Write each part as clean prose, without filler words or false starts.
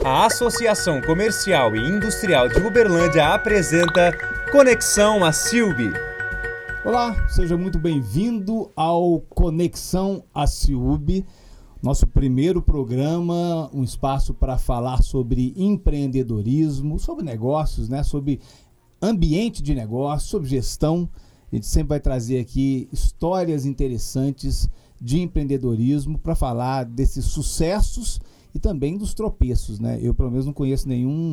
A Associação Comercial e Industrial de Uberlândia apresenta Conexão ACIUB. Olá, seja muito bem-vindo ao Conexão ACIUB, nosso primeiro programa, um espaço para falar sobre empreendedorismo, sobre negócios, sobre ambiente de negócio, sobre gestão. A gente sempre vai trazer aqui histórias interessantes de empreendedorismo para falar desses sucessos e também dos tropeços, Eu, pelo menos, não conheço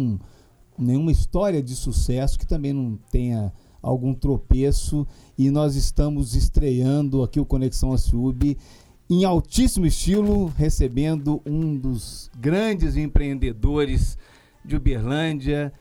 nenhuma história de sucesso que também não tenha algum tropeço, e nós estamos estreando aqui o Conexão ACIUB em altíssimo estilo, recebendo um dos grandes empreendedores de Uberlândia,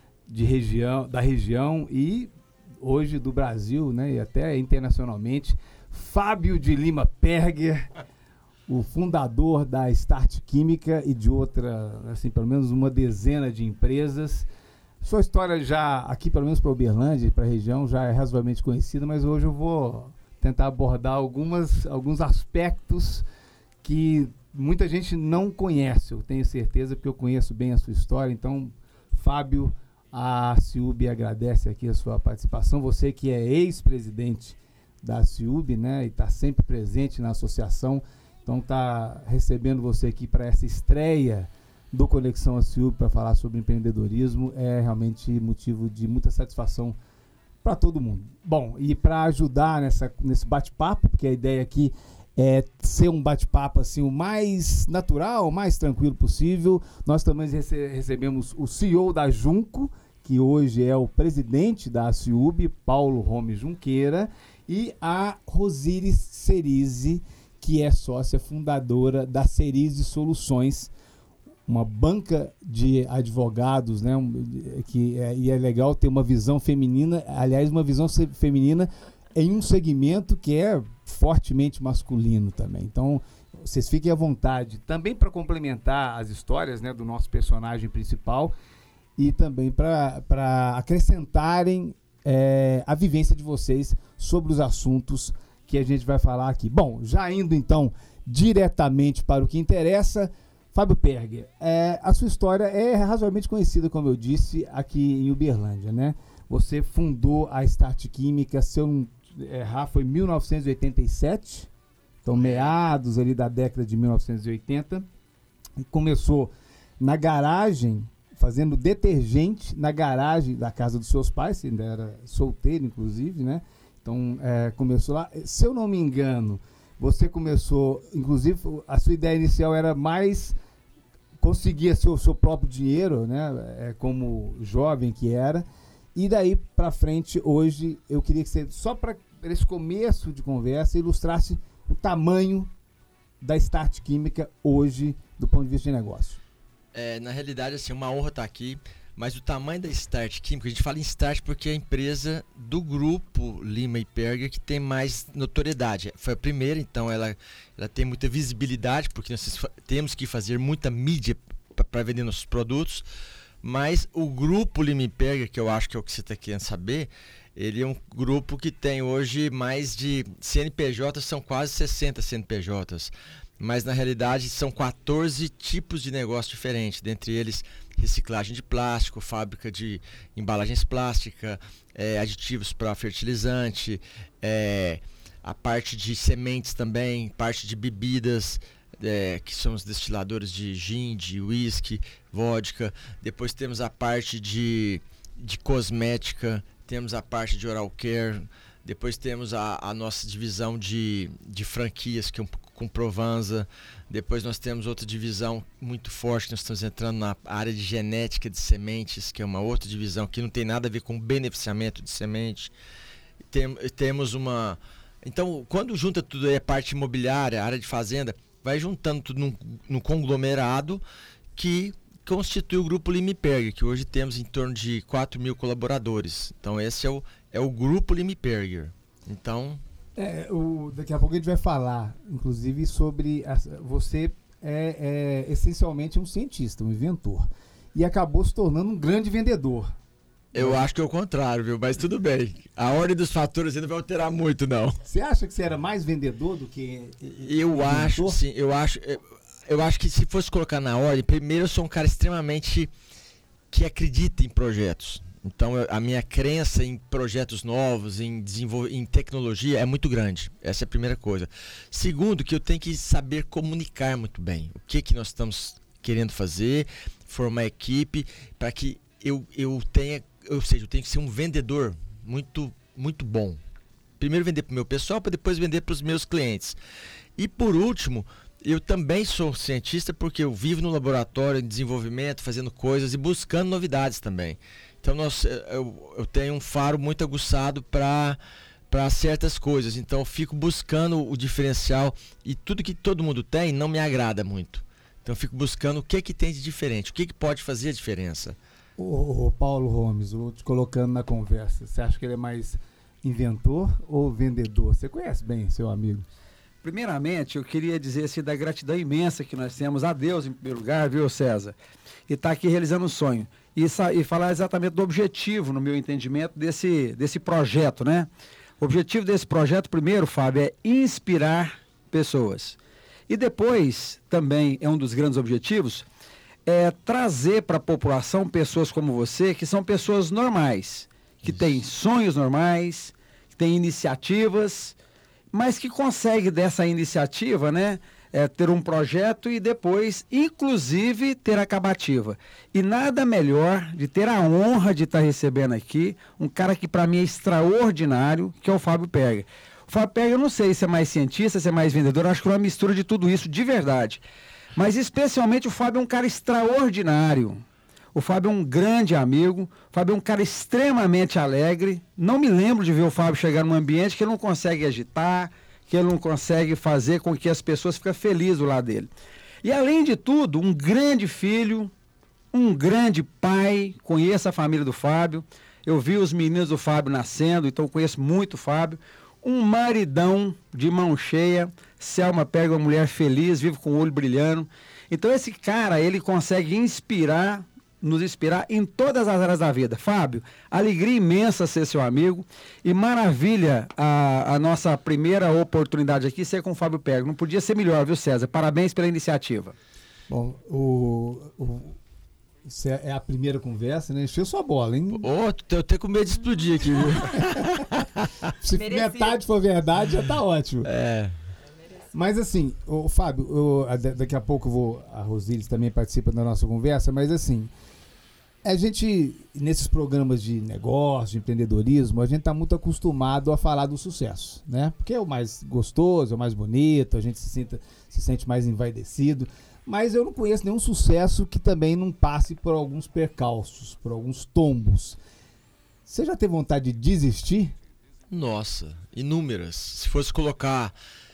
da região e hoje do Brasil, e até internacionalmente, Fábio de Lima Perger, o fundador da Start Química e de outra, pelo menos uma dezena de empresas. Sua história já, aqui pelo menos para Uberlândia, para a região, já é razoavelmente conhecida, mas hoje eu vou tentar abordar alguns aspectos que muita gente não conhece, eu tenho certeza, porque eu conheço bem a sua história. Então, Fábio, a ACIUB agradece aqui a sua participação. Você que é ex-presidente da ACIUB, e está sempre presente na associação, então está recebendo você aqui para essa estreia do Conexão ACIUB para falar sobre empreendedorismo. É realmente motivo de muita satisfação para todo mundo. Bom, e para ajudar nesse bate-papo, porque a ideia aqui é ser um bate-papo assim, o mais natural, o mais tranquilo possível, nós também recebemos o CEO da Junco, que hoje é o presidente da ACIUB, Paulo Rome Junqueira, e a Rosiris Cerise, que é sócia fundadora da Cerise Soluções, uma banca de advogados, e é legal ter uma visão feminina, aliás, uma visão feminina em um segmento que é fortemente masculino também. Então, vocês fiquem à vontade também para complementar as histórias, do nosso personagem principal e também para acrescentarem a vivência de vocês sobre os assuntos que a gente vai falar aqui. Bom, já indo então diretamente para o que interessa, Fábio Perger, a sua história é razoavelmente conhecida, como eu disse, aqui em Uberlândia, Você fundou a Start Química, se eu não errar, foi em 1987, então meados ali da década de 1980, e começou na garagem, fazendo detergente na garagem da casa dos seus pais, você ainda era solteiro, inclusive, Então, começou lá. Se eu não me engano, você começou, inclusive, a sua ideia inicial era mais conseguir o seu próprio dinheiro, como jovem que era. E daí para frente, hoje, eu queria que você, só para esse começo de conversa, ilustrasse o tamanho da Start Química hoje, do ponto de vista de negócio. Na realidade, assim, uma honra estar aqui. Mas o tamanho da Start Química, a gente fala em Start porque é a empresa do grupo Lima e Perger que tem mais notoriedade. Foi a primeira, então ela tem muita visibilidade, porque nós temos que fazer muita mídia para vender nossos produtos. Mas o grupo Lima e Perger, que eu acho que é o que você está querendo saber, ele é um grupo que tem hoje mais de CNPJs, são quase 60 CNPJs. Mas na realidade são 14 tipos de negócio diferentes, dentre eles reciclagem de plástico, fábrica de embalagens plásticas, aditivos para fertilizante, a parte de sementes também, parte de bebidas, que são os destiladores de gin, de whisky, vodka. Depois temos a parte de cosmética, temos a parte de oral care. Depois temos a nossa divisão de franquias, que é com Provanza. Depois nós temos outra divisão muito forte, nós estamos entrando na área de genética de sementes, que é uma outra divisão que não tem nada a ver com beneficiamento de semente. Temos uma... Então, quando junta tudo aí, a parte imobiliária, a área de fazenda, vai juntando tudo num conglomerado que constitui o Grupo Lima e Perger, que hoje temos em torno de 4 mil colaboradores. Então, esse é o Grupo Lima e Perger. Então... daqui a pouco a gente vai falar, inclusive, sobre... você é essencialmente um cientista, um inventor. E acabou se tornando um grande vendedor. Eu acho que é o contrário, viu? Mas tudo bem. A ordem dos fatores ainda vai alterar muito, não. Você acha que você era mais vendedor do que eu acho, sim. Eu acho... eu acho que se fosse colocar na ordem, primeiro eu sou um cara extremamente que acredita em projetos. Então a minha crença em projetos novos, em tecnologia é muito grande. Essa é a primeira coisa. Segundo, que eu tenho que saber comunicar muito bem. O que nós estamos querendo fazer, formar equipe, para que eu tenha, ou seja, eu tenho que ser um vendedor muito, muito bom. Primeiro vender para o meu pessoal, para depois vender para os meus clientes. E por último, eu também sou cientista porque eu vivo no laboratório, em desenvolvimento, fazendo coisas e buscando novidades também. Então eu tenho um faro muito aguçado para certas coisas. Então eu fico buscando o diferencial e tudo que todo mundo tem não me agrada muito. Então eu fico buscando o que tem de diferente, o que pode fazer a diferença. O Paulo Gomes, vou te colocando na conversa. Você acha que ele é mais inventor ou vendedor? Você conhece bem seu amigo? Primeiramente, eu queria dizer assim, da gratidão imensa que nós temos a Deus, em primeiro lugar, viu, César? E estar aqui realizando um sonho. E falar exatamente do objetivo, no meu entendimento, desse projeto, né? O objetivo desse projeto, primeiro, Fábio, é inspirar pessoas. E depois, também, é um dos grandes objetivos, é trazer para a população pessoas como você, que são pessoas normais, que têm sonhos normais, que têm iniciativas, mas que consegue dessa iniciativa, né, ter um projeto e depois, inclusive, ter acabativa. E nada melhor de ter a honra de estar recebendo aqui um cara que para mim é extraordinário, que é o Fábio Perger. O Fábio Perger, eu não sei se é mais cientista, se é mais vendedor, eu acho que é uma mistura de tudo isso, de verdade. Mas especialmente o Fábio é um cara extraordinário. O Fábio é um grande amigo, o Fábio é um cara extremamente alegre. Não me lembro de ver o Fábio chegar num ambiente que ele não consegue agitar, que ele não consegue fazer com que as pessoas fiquem felizes do lado dele. E além de tudo, um grande filho, um grande pai, conheço a família do Fábio, eu vi os meninos do Fábio nascendo, então conheço muito o Fábio. Um maridão de mão cheia, Selma pega uma mulher feliz, vive com o olho brilhando. Então esse cara, ele consegue nos inspirar em todas as áreas da vida. Fábio, alegria imensa ser seu amigo e maravilha a nossa primeira oportunidade aqui ser com o Fábio Perger. Não podia ser melhor, viu, César? Parabéns pela iniciativa. Bom, isso é a primeira conversa, né? Encheu sua bola, hein? Eu tenho com medo de explodir aqui, viu? Se metade for verdade, já tá ótimo. É. Mas assim, Fábio, daqui a pouco a Rosílis também participa da nossa conversa, mas assim, a gente, nesses programas de negócio, de empreendedorismo, a gente está muito acostumado a falar do sucesso, né? Porque é o mais gostoso, é o mais bonito, a gente se sente mais envaidecido. Mas eu não conheço nenhum sucesso que também não passe por alguns percalços, por alguns tombos. Você já teve vontade de desistir? Nossa, inúmeras. Se fosse colocar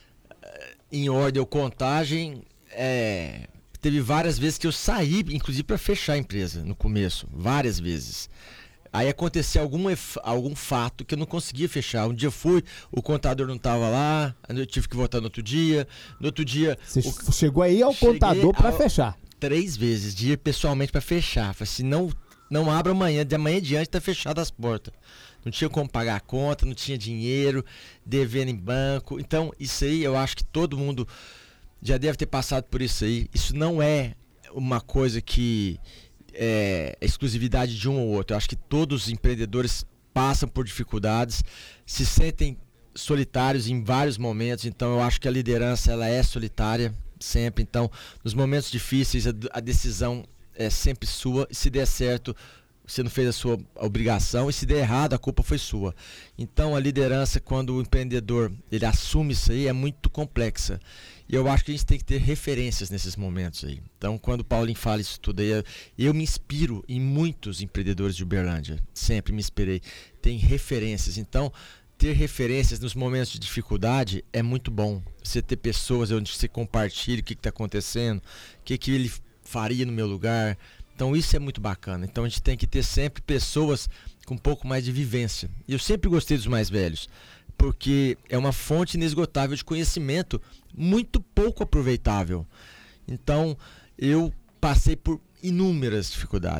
em ordem ou contagem, teve várias vezes que eu saí, inclusive para fechar a empresa no começo, várias vezes. Aí aconteceu algum fato que eu não conseguia fechar. Um dia o contador não estava lá, eu tive que voltar no outro dia. No outro dia... Você chegou aí ao contador para fechar? 3 vezes, de ir pessoalmente para fechar. Falei assim, não abra amanhã, de amanhã em diante está fechado as portas. Não tinha como pagar a conta, não tinha dinheiro, devendo em banco. Então, isso aí eu acho que todo mundo já deve ter passado por isso aí. Isso não é uma coisa que é exclusividade de um ou outro. Eu acho que todos os empreendedores passam por dificuldades, se sentem solitários em vários momentos. Então, eu acho que a liderança ela é solitária sempre. Então, nos momentos difíceis, a decisão é sempre sua. E se der certo, você não fez a sua obrigação, e se der errado, a culpa foi sua. Então a liderança, quando o empreendedor ele assume isso aí, é muito complexa. E eu acho que a gente tem que ter referências nesses momentos aí. Então quando o Paulinho fala isso tudo aí, eu me inspiro em muitos empreendedores de Uberlândia. Sempre me inspirei. Tem referências. Então ter referências nos momentos de dificuldade é muito bom. Você ter pessoas onde você compartilha o que está acontecendo, o que ele faria no meu lugar. Então isso é muito bacana. Então a gente tem que ter sempre pessoas com um pouco mais de vivência. E eu sempre gostei dos mais velhos, porque é uma fonte inesgotável de conhecimento muito pouco aproveitável. Então eu passei por inúmeras dificuldades.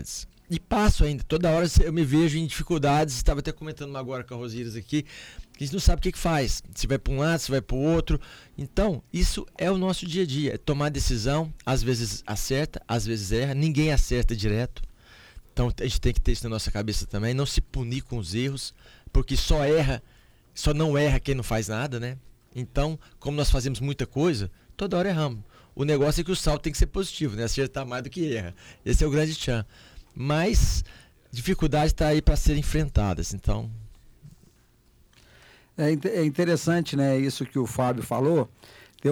E passo ainda, toda hora eu me vejo em dificuldades, estava até comentando agora com a Rosíris aqui, que a gente não sabe o que faz, se vai para um lado, se vai para o outro. Então, isso é o nosso dia a dia, é tomar decisão, às vezes acerta, às vezes erra, ninguém acerta direto. Então a gente tem que ter isso na nossa cabeça também, não se punir com os erros, porque só não erra quem não faz nada, né? Então, como nós fazemos muita coisa, toda hora erramos. O negócio é que o salto tem que ser positivo, né? Acertar mais do que erra. Esse é o grande tchan. Mas dificuldade está aí para serem enfrentadas, então... É interessante, né, isso que o Fábio falou. Tem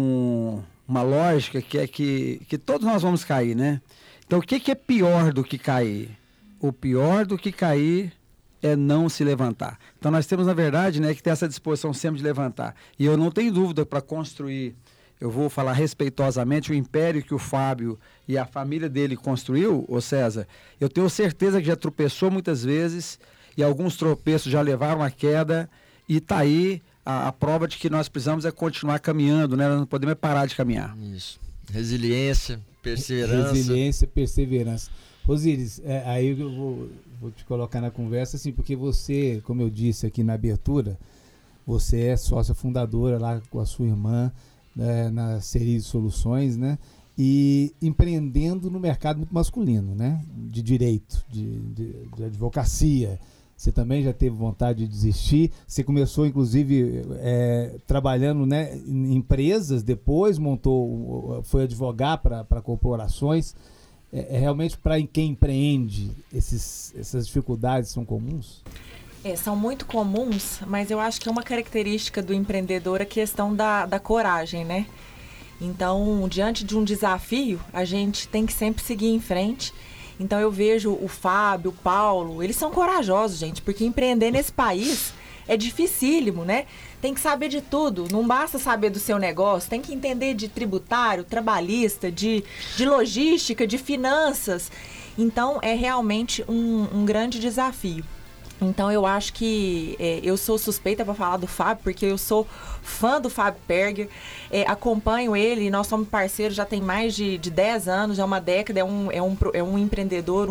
uma lógica que é que todos nós vamos cair, né? Então, o que é pior do que cair? O pior do que cair é não se levantar. Então, nós temos, na verdade, né, que ter essa disposição sempre de levantar. E eu não tenho dúvida para construir, eu vou falar respeitosamente, o império que o Fábio e a família dele construiu, ô César, eu tenho certeza que já tropeçou muitas vezes e alguns tropeços já levaram à queda e está aí a prova de que nós precisamos é continuar caminhando, né? Nós não podemos parar de caminhar. Isso. Resiliência, perseverança. Resiliência, perseverança. Rosíris, aí eu vou te colocar na conversa, assim, porque você, como eu disse aqui na abertura, você é sócia fundadora lá com a sua irmã, né, na Cerise Soluções, né? E empreendendo no mercado muito masculino, né? De direito, de advocacia. Você também já teve vontade de desistir. Você começou, inclusive, trabalhando, né, em empresas, depois foi advogar para corporações. Realmente, para quem empreende, essas dificuldades são comuns? São muito comuns, mas eu acho que é uma característica do empreendedor a questão da coragem, né? Então, diante de um desafio, a gente tem que sempre seguir em frente. Então, eu vejo o Fábio, o Paulo, eles são corajosos, gente, porque empreender nesse país é dificílimo, né? Tem que saber de tudo, não basta saber do seu negócio, tem que entender de tributário, trabalhista, de logística, de finanças. Então, é realmente um grande desafio. Então, eu acho que eu sou suspeita para falar do Fábio, porque eu sou fã do Fábio Perger, acompanho ele, nós somos parceiros já tem mais de 10 anos, é uma década, é um empreendedor,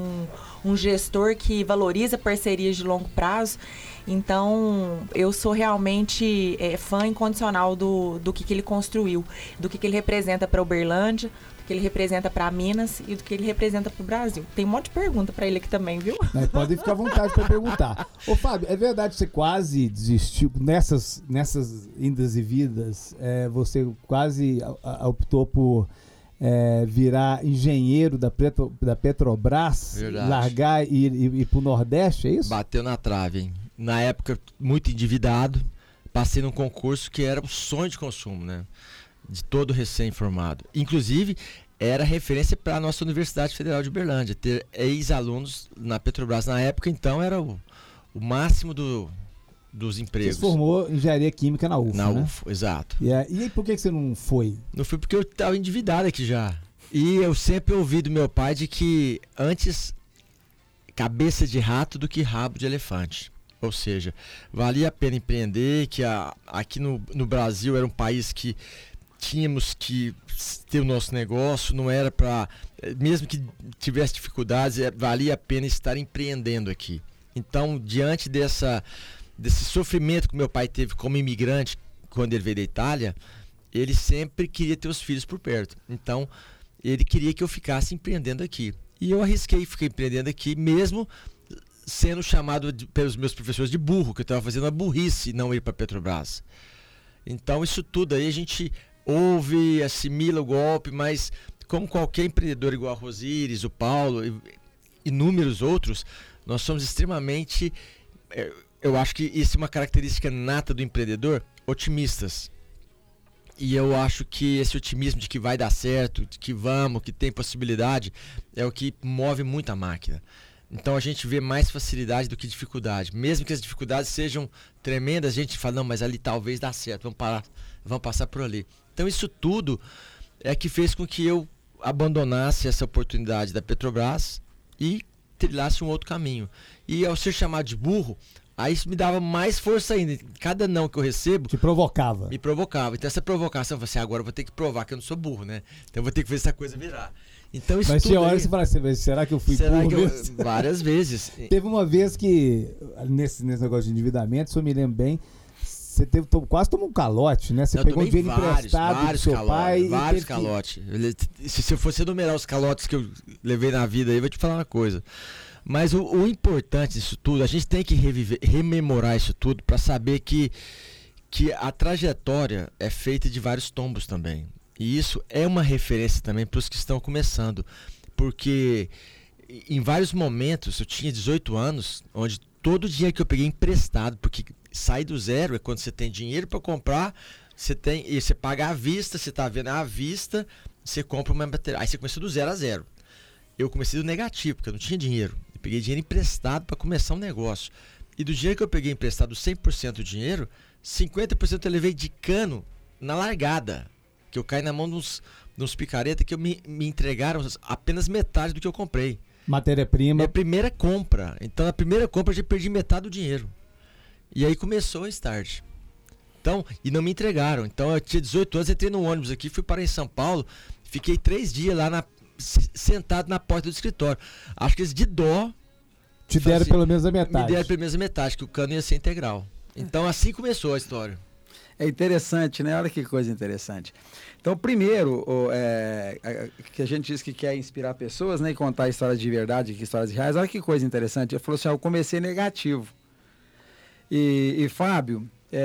um gestor que valoriza parcerias de longo prazo. Então, eu sou realmente fã incondicional do que ele construiu, do que ele representa para Uberlândia, do que ele representa para Minas e do que ele representa para o Brasil. Tem um monte de pergunta para ele aqui também, viu? Podem ficar à vontade para perguntar. Ô, Fábio, é verdade que você quase desistiu nessas indas e vidas? Você quase optou por virar engenheiro da Petrobras, Verdade. Largar e ir para o Nordeste, é isso? Bateu na trave, hein? Na época, muito endividado, passei num concurso que era o sonho de consumo, né? De todo recém-formado. Inclusive, era referência para a nossa Universidade Federal de Uberlândia. Ter ex-alunos na Petrobras na época, então, era o máximo dos empregos. Você formou engenharia química na UFO, Na né? UFO, exato. E aí, por que você não foi? Não fui porque eu estava endividado aqui já. E eu sempre ouvi do meu pai de que antes cabeça de rato do que rabo de elefante. Ou seja, valia a pena empreender, que aqui no Brasil era um país que tínhamos que ter o nosso negócio, não era para... Mesmo que tivesse dificuldades, valia a pena estar empreendendo aqui. Então, diante desse sofrimento que meu pai teve como imigrante, quando ele veio da Itália, ele sempre queria ter os filhos por perto. Então, ele queria que eu ficasse empreendendo aqui. E eu arrisquei ficar empreendendo aqui, mesmo sendo chamado pelos meus professores de burro, que eu estava fazendo uma burrice não ir para a Petrobras. Então, isso tudo aí a gente ouve, assimila o golpe, mas como qualquer empreendedor igual a Rosíris, o Paulo e inúmeros outros, nós somos extremamente, eu acho que isso é uma característica nata do empreendedor, otimistas. E eu acho que esse otimismo de que vai dar certo, de que vamos, que tem possibilidade, é o que move muito a máquina. Então a gente vê mais facilidade do que dificuldade. Mesmo que as dificuldades sejam tremendas, a gente fala, não, mas ali talvez dá certo, vamos passar por ali. Então isso tudo é que fez com que eu abandonasse essa oportunidade da Petrobras e trilhasse um outro caminho. E ao ser chamado de burro, aí isso me dava mais força ainda. Cada não que eu recebo... Te provocava. Me provocava. Então essa provocação, eu falei assim, agora eu vou ter que provar que eu não sou burro, né? Então eu vou ter que ver essa coisa virar. Então isso Mas tudo tinha hora aí- que você fala assim, será que eu fui Será burro que mesmo? várias vezes. Teve uma vez que, nesse negócio de endividamento, se eu me lembro bem, você quase tomou um calote, né? Você Eu pegou tomei dinheiro emprestado do vários seu calotes, pai vários e teve que... calotes. Se eu fosse enumerar os calotes que eu levei na vida aí, eu vou te falar uma coisa. Mas o importante disso tudo, a gente tem que rememorar isso tudo para saber que a trajetória é feita de vários tombos também. E isso é uma referência também para os que estão começando. Porque em vários momentos, eu tinha 18 anos, onde todo o dinheiro que eu peguei emprestado, porque sair do zero é quando você tem dinheiro para comprar, e você paga à vista, você está vendo à vista, você compra uma bateria. Aí você começa do 0 a 0. Eu comecei do negativo, porque eu não tinha dinheiro. Eu peguei dinheiro emprestado para começar um negócio. E do dinheiro que eu peguei emprestado, 100% do dinheiro, 50% eu levei de cano na largada. Que eu caí na mão de uns picareta que me entregaram apenas metade do que eu comprei. Matéria-prima. Minha primeira compra. Então, na primeira compra, eu já perdi metade do dinheiro. E aí começou a Start. Então, e não me entregaram. Então, eu tinha 18 anos, entrei no ônibus aqui, fui parar em São Paulo, fiquei 3 dias lá sentado na porta do escritório. Acho que eles de dó Te deram assim, pelo menos a me metade. deram pelo menos a metade, que o cano ia ser integral. Então, assim começou a história. É interessante, né? Olha que coisa interessante. Então, primeiro, que a gente diz que quer inspirar pessoas, né? E contar histórias de verdade, histórias reais. Olha que coisa interessante. Ele falou assim, eu comecei negativo. E Fábio,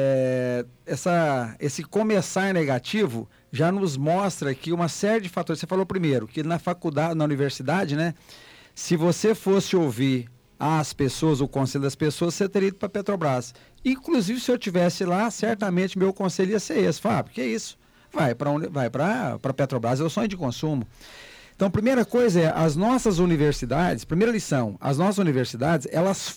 esse começar negativo já nos mostra aqui uma série de fatores. Você falou primeiro, que na faculdade, na universidade, né? Se você fosse ouvir as pessoas, o conselho das pessoas, você teria ido para a Petrobras. Inclusive, se eu estivesse lá, certamente meu conselho ia ser esse. Fábio, que é isso? Vai para a Petrobras, é o sonho de consumo. Então, primeira coisa é, as nossas universidades, primeira lição, as nossas universidades, elas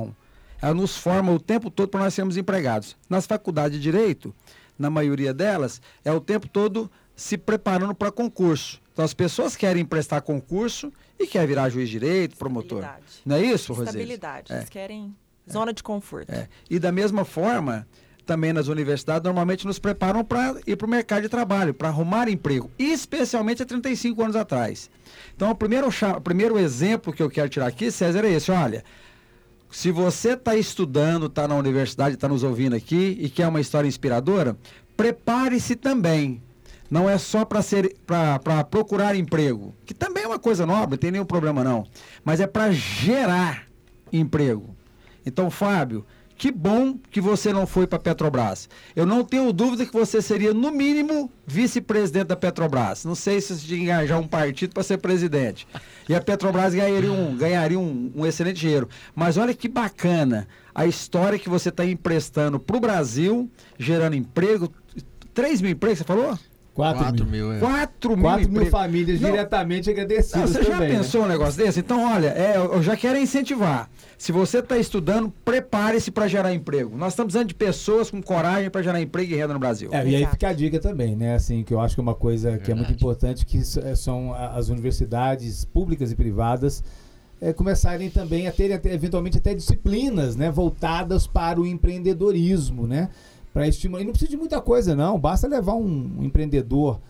nos formam o tempo todo para nós sermos empregados. Nas faculdades de Direito, na maioria delas, é o tempo todo se preparando para concurso. Então, as pessoas querem prestar concurso e querem virar juiz de direito, promotor. Não é isso, Roseli? Estabilidade. Eles querem zona de conforto. E da mesma forma, também nas universidades, normalmente nos preparam para ir para o mercado de trabalho, para arrumar emprego, especialmente há 35 anos atrás. Então, o primeiro exemplo que eu quero tirar aqui, César, é esse. Olha, se você está estudando, está na universidade, está nos ouvindo aqui e quer uma história inspiradora, prepare-se também. Não é só para procurar emprego, que também é uma coisa nobre, não tem nenhum problema não, mas é para gerar emprego. Então, Fábio, que bom que você não foi para a Petrobras. Eu não tenho dúvida que você seria, no mínimo, vice-presidente da Petrobras. Não sei se você tinha que engajar um partido para ser presidente. E a Petrobras ganharia um excelente dinheiro. Mas olha que bacana a história que você está emprestando para o Brasil, gerando emprego. 3 mil empregos, você falou? 4 mil. 4 mil famílias diretamente agradecidas você também. Já pensou um negócio desse? Então, olha, eu já quero incentivar. Se você está estudando, prepare-se para gerar emprego. Nós estamos precisando de pessoas com coragem para gerar emprego e renda no Brasil. E aí fica a dica também, né? Assim, que eu acho que é uma coisa que é muito importante, que são as universidades públicas e privadas começarem também a ter, eventualmente, até disciplinas, né, voltadas para o empreendedorismo, né? Para estimular. E não precisa de muita coisa, não. Basta levar um empreendedor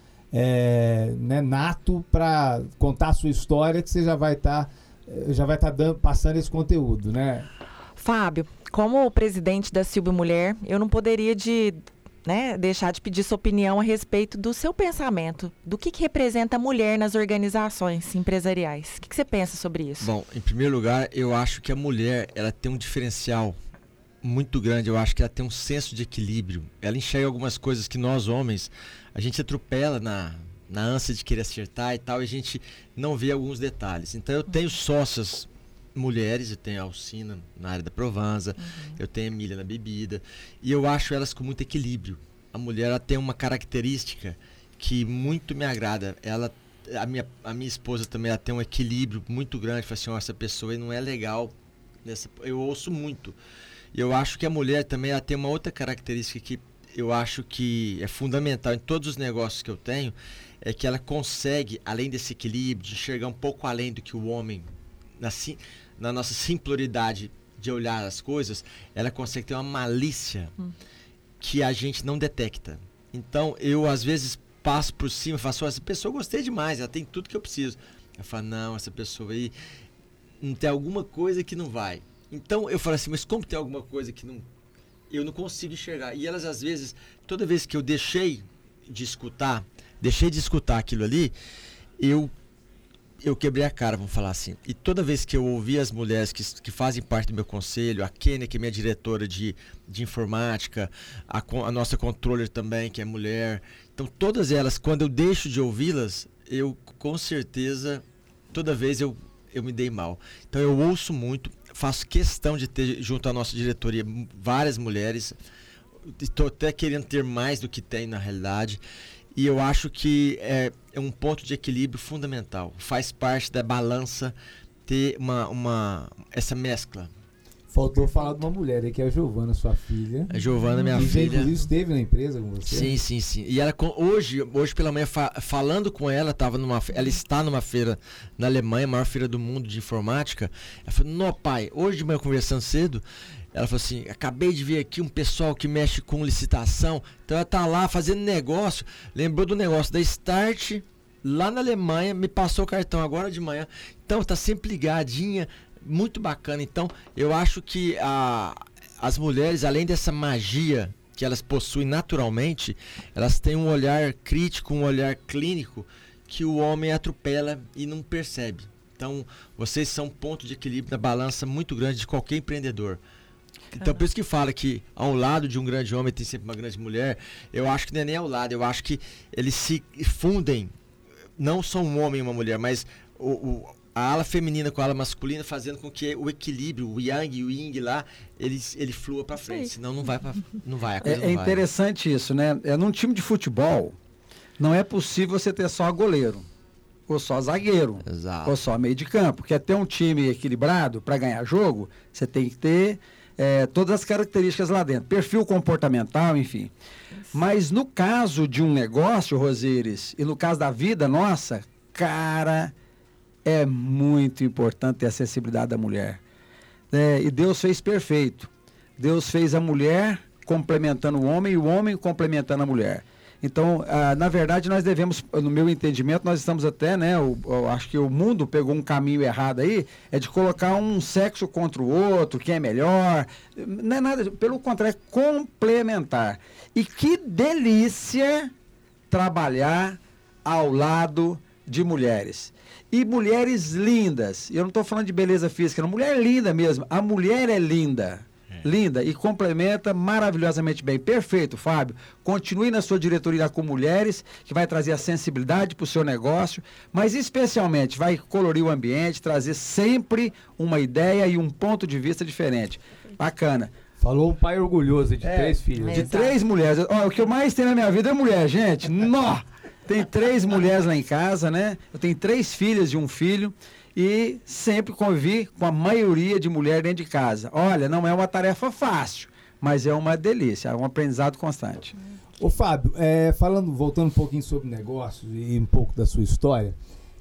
nato para contar a sua história, que você já vai estar passando esse conteúdo, né? Fábio, como presidente da Silvio Mulher, eu não poderia deixar de pedir sua opinião a respeito do seu pensamento. Do que representa a mulher nas organizações empresariais? O que você pensa sobre isso? Bom, em primeiro lugar, eu acho que a mulher ela tem um diferencial muito grande. Eu acho que ela tem um senso de equilíbrio. Ela enxerga algumas coisas que nós, homens, a gente atropela na ânsia de querer acertar e tal, e a gente não vê alguns detalhes. Então, eu tenho sócias mulheres, eu tenho a Alcina na área da Provanza, eu tenho a Emília na bebida, e eu acho elas com muito equilíbrio. A mulher ela tem uma característica que muito me agrada. A minha esposa também ela tem um equilíbrio muito grande. Fala assim, essa pessoa não é legal. Eu ouço muito. E eu acho que a mulher também ela tem uma outra característica que eu acho que é fundamental em todos os negócios que eu tenho, é que ela consegue, além desse equilíbrio, de enxergar um pouco além do que o homem, na nossa simplicidade de olhar as coisas, ela consegue ter uma malícia que a gente não detecta. Então, eu às vezes passo por cima, faço, essa pessoa eu gostei demais, ela tem tudo que eu preciso. Eu falo, não, essa pessoa aí não tem alguma coisa que não vai. Então eu falo assim, mas como tem alguma coisa que eu não consigo enxergar? E elas às vezes, toda vez que eu deixei de escutar aquilo ali, eu quebrei a cara, vamos falar assim. E toda vez que eu ouvi as mulheres que fazem parte do meu conselho, a Kênia, que é minha diretora de informática, a nossa controller também, que é mulher. Então, todas elas, quando eu deixo de ouvi-las, eu, com certeza, toda vez eu me dei mal. Então, eu ouço muito, faço questão de ter, junto à nossa diretoria, várias mulheres. Estou até querendo ter mais do que tem, na realidade. E eu acho que é um ponto de equilíbrio fundamental. Faz parte da balança ter essa mescla. Faltou falar de uma mulher aí, que é a Giovana, sua filha. A Giovana, minha que filha. Inclusive esteve na empresa com você. Sim. E ela, hoje pela manhã, falando com ela, ela está numa feira na Alemanha, a maior feira do mundo de informática. Ela falou, não, pai, hoje de manhã conversando cedo, ela falou assim, acabei de ver aqui um pessoal que mexe com licitação, então ela tá lá fazendo negócio, lembrou do negócio da Start, lá na Alemanha, me passou o cartão agora de manhã, então tá sempre ligadinha, muito bacana. Então eu acho que as mulheres, além dessa magia que elas possuem naturalmente, elas têm um olhar crítico, um olhar clínico, que o homem atropela e não percebe. Então vocês são um ponto de equilíbrio na balança muito grande de qualquer empreendedor. Então, por isso que fala que ao lado de um grande homem tem sempre uma grande mulher. Eu acho que não é nem ao lado, eu acho que eles se fundem, não só um homem e uma mulher, mas a ala feminina com a ala masculina, fazendo com que o equilíbrio, o yang e o yin lá, ele flua para frente, senão não vai, a coisa não vai. É interessante isso, né? Num time de futebol, não é possível você ter só goleiro, ou só zagueiro, exato, ou só meio de campo. Quer ter um time equilibrado para ganhar jogo, você tem que ter todas as características lá dentro, perfil comportamental, enfim. Mas no caso de um negócio, Rosíris, e no caso da vida nossa, cara, é muito importante ter a sensibilidade da mulher. E Deus fez perfeito. Deus fez a mulher complementando o homem e o homem complementando a mulher. Então, na verdade, nós devemos, no meu entendimento, nós estamos até, eu acho que o mundo pegou um caminho errado aí, é de colocar um sexo contra o outro, quem é melhor, não é nada, pelo contrário, é complementar. E que delícia trabalhar ao lado de mulheres. E mulheres lindas, eu não estou falando de beleza física, não, mulher linda mesmo, a mulher é linda. Linda e complementa maravilhosamente bem. Perfeito, Fábio. Continue na sua diretoria com mulheres, que vai trazer a sensibilidade para o seu negócio, mas especialmente vai colorir o ambiente, trazer sempre uma ideia e um ponto de vista diferente. Bacana. Falou um pai orgulhoso de 3 filhos. De 3 mulheres. O que eu mais tenho na minha vida é mulher, gente. Nó! Tem 3 mulheres lá em casa, né? Eu tenho 3 filhas e um filho. E sempre convivi com a maioria de mulher dentro de casa. Olha, não é uma tarefa fácil, mas é uma delícia, é um aprendizado constante. Ô Fábio, voltando um pouquinho sobre negócios e um pouco da sua história,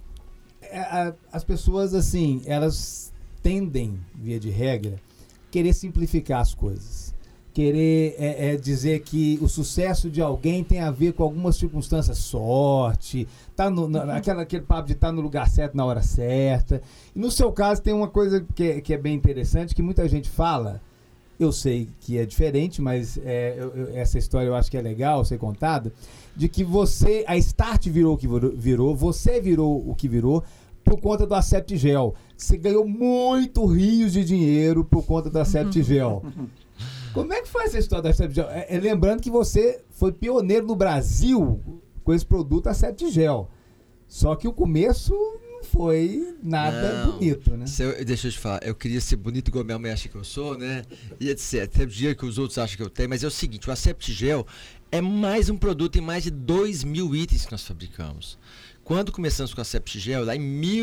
as pessoas, assim, elas tendem, via de regra, querer simplificar as coisas. Querer dizer que o sucesso de alguém tem a ver com algumas circunstâncias, sorte, aquele papo de estar no lugar certo na hora certa. E no seu caso tem uma coisa que é bem interessante, que muita gente fala, eu sei que é diferente, mas essa história eu acho que é legal ser contada, de que a Start virou o que virou, você virou o que virou, por conta do Aceptigel. Você ganhou muito rios de dinheiro por conta do Aceptigel. Como é que foi essa história da Aceptigel? Lembrando que você foi pioneiro no Brasil com esse produto Aceptigel. Só que o começo não foi nada bonito, né? Deixa eu te falar, eu queria ser bonito igual minha mãe acha que eu sou, né? E etc. Tem dia que os outros acham que eu tenho, mas é o seguinte, o Aceptigel é mais um produto em mais de 2.000 itens que nós fabricamos. Quando começamos com a Aceptigel, lá em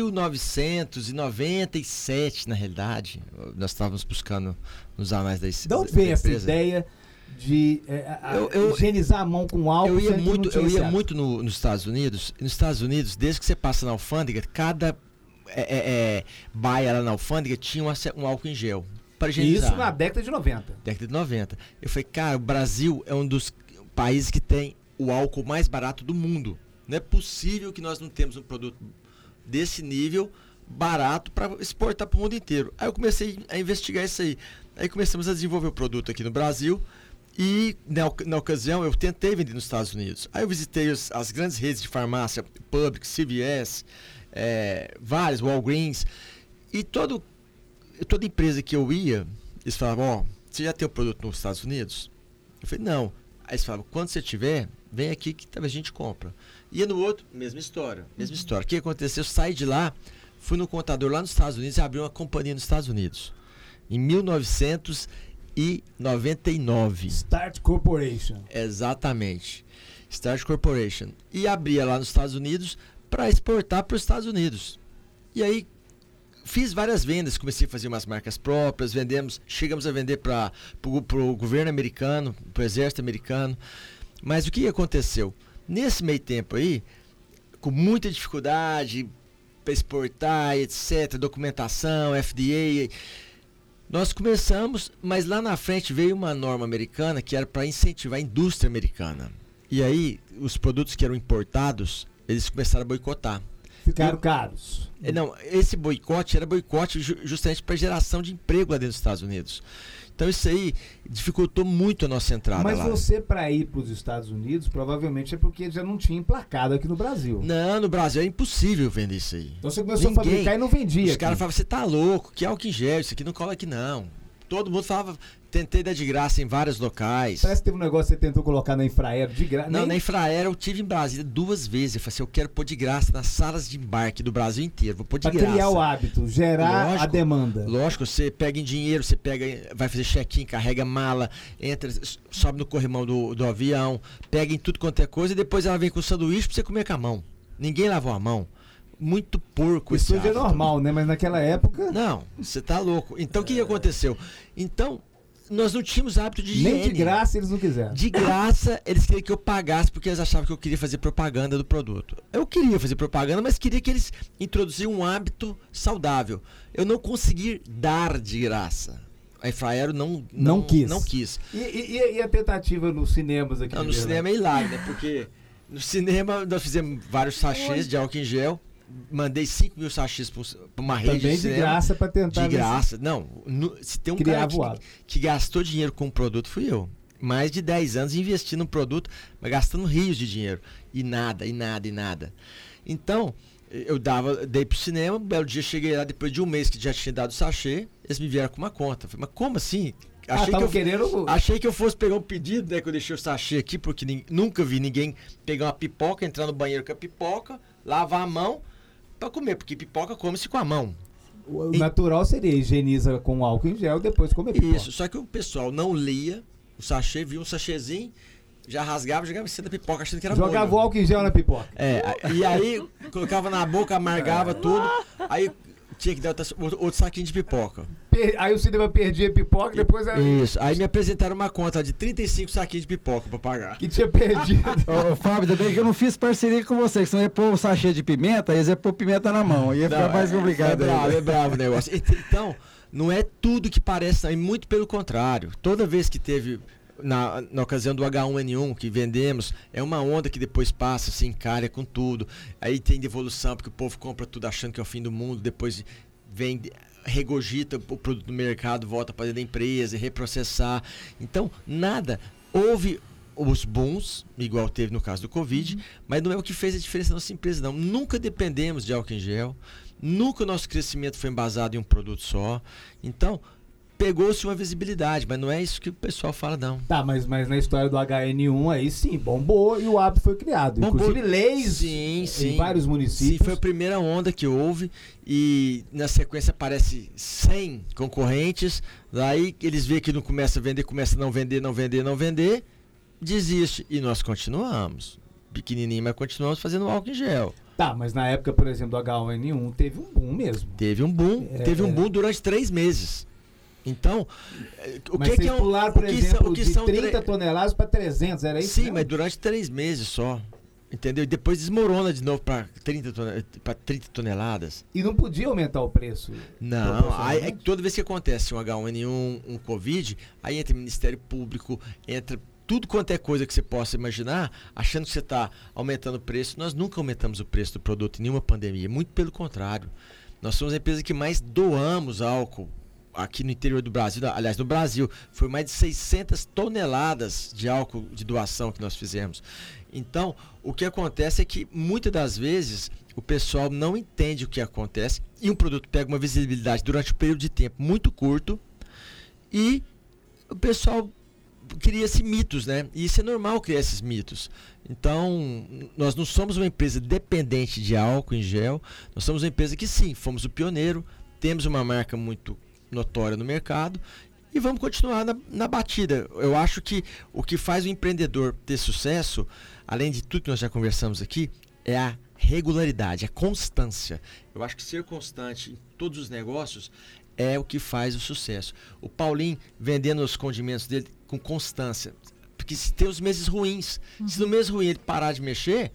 1997, na realidade, nós estávamos buscando nos anais da empresa. De onde veio essa ideia de higienizar a mão com álcool? Eu ia muito nos Estados Unidos. Nos Estados Unidos, desde que você passa na alfândega, cada baia lá na alfândega tinha um álcool em gel para higienizar. Isso na década de 90. Década de 90. Eu falei, cara, o Brasil é um dos países que tem o álcool mais barato do mundo. Não é possível que nós não temos um produto desse nível barato para exportar para o mundo inteiro. Aí eu comecei a investigar isso aí. Aí começamos a desenvolver o produto aqui no Brasil e na ocasião eu tentei vender nos Estados Unidos. Aí eu visitei as grandes redes de farmácia, Publix, CVS, vários, Walgreens, e toda empresa que eu ia, eles falavam, você já tem o produto nos Estados Unidos? Eu falei, não. Aí eles falavam, quando você tiver, vem aqui que talvez a gente compra. Ia no outro, mesma história. O que aconteceu? Eu saí de lá, fui no contador lá nos Estados Unidos e abri uma companhia nos Estados Unidos. Em 1999. Start Corporation. Exatamente. Start Corporation. E abria lá nos Estados Unidos para exportar para os Estados Unidos. E aí fiz várias vendas, comecei a fazer umas marcas próprias, chegamos a vender para o governo americano, para o exército americano. Mas o que aconteceu? Nesse meio tempo aí, com muita dificuldade para exportar, etc., documentação, FDA, nós começamos, mas lá na frente veio uma norma americana que era para incentivar a indústria americana. E aí, os produtos que eram importados, eles começaram a boicotar. Ficaram caros. Não, esse boicote era boicote justamente para geração de emprego lá dentro dos Estados Unidos. Então isso aí dificultou muito a nossa entrada lá. Mas você, para ir para os Estados Unidos, provavelmente é porque já não tinha emplacado aqui no Brasil. Não, no Brasil é impossível vender isso aí. Então você começou a fabricar e não vendia. Os caras falavam, você tá louco, que álcool em gel, isso aqui não cola aqui não. Todo mundo falava, tentei dar de graça em vários locais. Parece que teve um negócio que você tentou colocar na Infraero de graça. Não, na Infraero eu tive em Brasília 2 vezes. Eu falei assim, eu quero pôr de graça nas salas de embarque do Brasil inteiro. Vou pôr de graça. Pra criar o hábito, gerar lógico, a demanda. Lógico, você pega em dinheiro, você vai fazer check-in, carrega mala, entra, sobe no corrimão do avião, pega em tudo quanto é coisa e depois ela vem com o sanduíche pra você comer com a mão. Ninguém lavou a mão. Muito porco esse hábito. Isso é normal, né? Mas naquela época... Não, você tá louco. Então o que aconteceu? Então... Nós não tínhamos hábito de higiene. Nem de graça eles não quiseram. De graça, eles queriam que eu pagasse porque eles achavam que eu queria fazer propaganda do produto. Eu queria fazer propaganda, mas queria que eles introduzissem um hábito saudável. Eu não consegui dar de graça. A Infraero não quis. E a tentativa nos cinemas aqui? Não, no cinema é hilário, né? Porque no cinema nós fizemos vários sachês de álcool em gel. Mandei 5 mil sachês para uma rede também de cinema. De graça para tentar... De graça. Não, se tem um cara que gastou dinheiro com um produto, fui eu. Mais de 10 anos investindo no produto, mas gastando rios de dinheiro. E nada. Então, dei pro cinema, um belo dia cheguei lá, depois de um mês que já tinha dado o sachê, eles me vieram com uma conta. Falei, mas como assim? Achei que eu fosse pegar um pedido, né, que eu deixei o sachê aqui, porque nunca vi ninguém pegar uma pipoca, entrar no banheiro com a pipoca, lavar a mão, para comer, porque pipoca come-se com a mão. O natural seria higieniza com álcool em gel, depois comer pipoca. Isso, só que o pessoal não lia o sachê, via um sachêzinho, já rasgava, jogava em cima da pipoca, achando que era molho. Jogava o álcool em gel na pipoca. E aí colocava na boca, amargava tudo, aí tinha que dar outro saquinho de pipoca. Aí o cinema perdia pipoca, depois... Isso, aí me apresentaram uma conta de 35 saquinhos de pipoca pra pagar. Que tinha perdido. Ô, Fábio, ainda bem que eu não fiz parceria com você, que senão ia pôr o sachê de pimenta, aí ia pôr pimenta na mão, ia ficar mais complicado. É bravo o negócio. Então, não é tudo que parece, não, e muito pelo contrário. Toda vez que teve... Na ocasião do H1N1 que vendemos, é uma onda que depois passa, se encara com tudo. Aí tem devolução, porque o povo compra tudo achando que é o fim do mundo, depois vem, regurgita o produto no mercado, volta para dentro da empresa e reprocessar. Então, nada. Houve os bons, igual teve no caso do Covid, mas não é o que fez a diferença na nossa empresa, não. Nunca dependemos de álcool em gel, nunca o nosso crescimento foi embasado em um produto só. Então, pegou-se uma visibilidade, mas não é isso que o pessoal fala, não. Tá, mas na história do HN1 aí sim, bombou e o hábito foi criado. Bombou. Inclusive leis em vários municípios. Sim, foi a primeira onda que houve e na sequência aparece 100 concorrentes, daí eles veem que não começa a vender, começa a não vender, desiste. E nós continuamos. Pequenininho, mas continuamos fazendo álcool em gel. Tá, mas na época, por exemplo, do H1N1 teve um boom mesmo. Teve um boom durante 3 meses. Então, mas vocês pularam, por exemplo, de 30 toneladas para 300, era isso? Sim, mas durante 3 meses só, entendeu? E depois desmorona de novo para 30 toneladas. E não podia aumentar o preço? Não, aí, toda vez que acontece um H1N1, um Covid, aí entra o Ministério Público, entra tudo quanto é coisa que você possa imaginar, achando que você está aumentando o preço. Nós nunca aumentamos o preço do produto em nenhuma pandemia, muito pelo contrário. Nós somos a empresa que mais doamos álcool aqui no interior do Brasil. Aliás, no Brasil, foi mais de 600 toneladas de álcool de doação que nós fizemos. Então, o que acontece é que muitas das vezes o pessoal não entende o que acontece e um produto pega uma visibilidade durante um período de tempo muito curto e o pessoal cria-se mitos, né? E isso é normal criar esses mitos. Então, nós não somos uma empresa dependente de álcool em gel, nós somos uma empresa que sim, fomos o pioneiro, temos uma marca muito notória no mercado e vamos continuar na batida. Eu acho que o que faz o empreendedor ter sucesso, além de tudo que nós já conversamos aqui, é a regularidade, a constância. Eu acho que ser constante em todos os negócios é o que faz o sucesso. O Paulinho vendendo os condimentos dele com constância, porque se tem os meses ruins, se no mês ruim ele parar de mexer,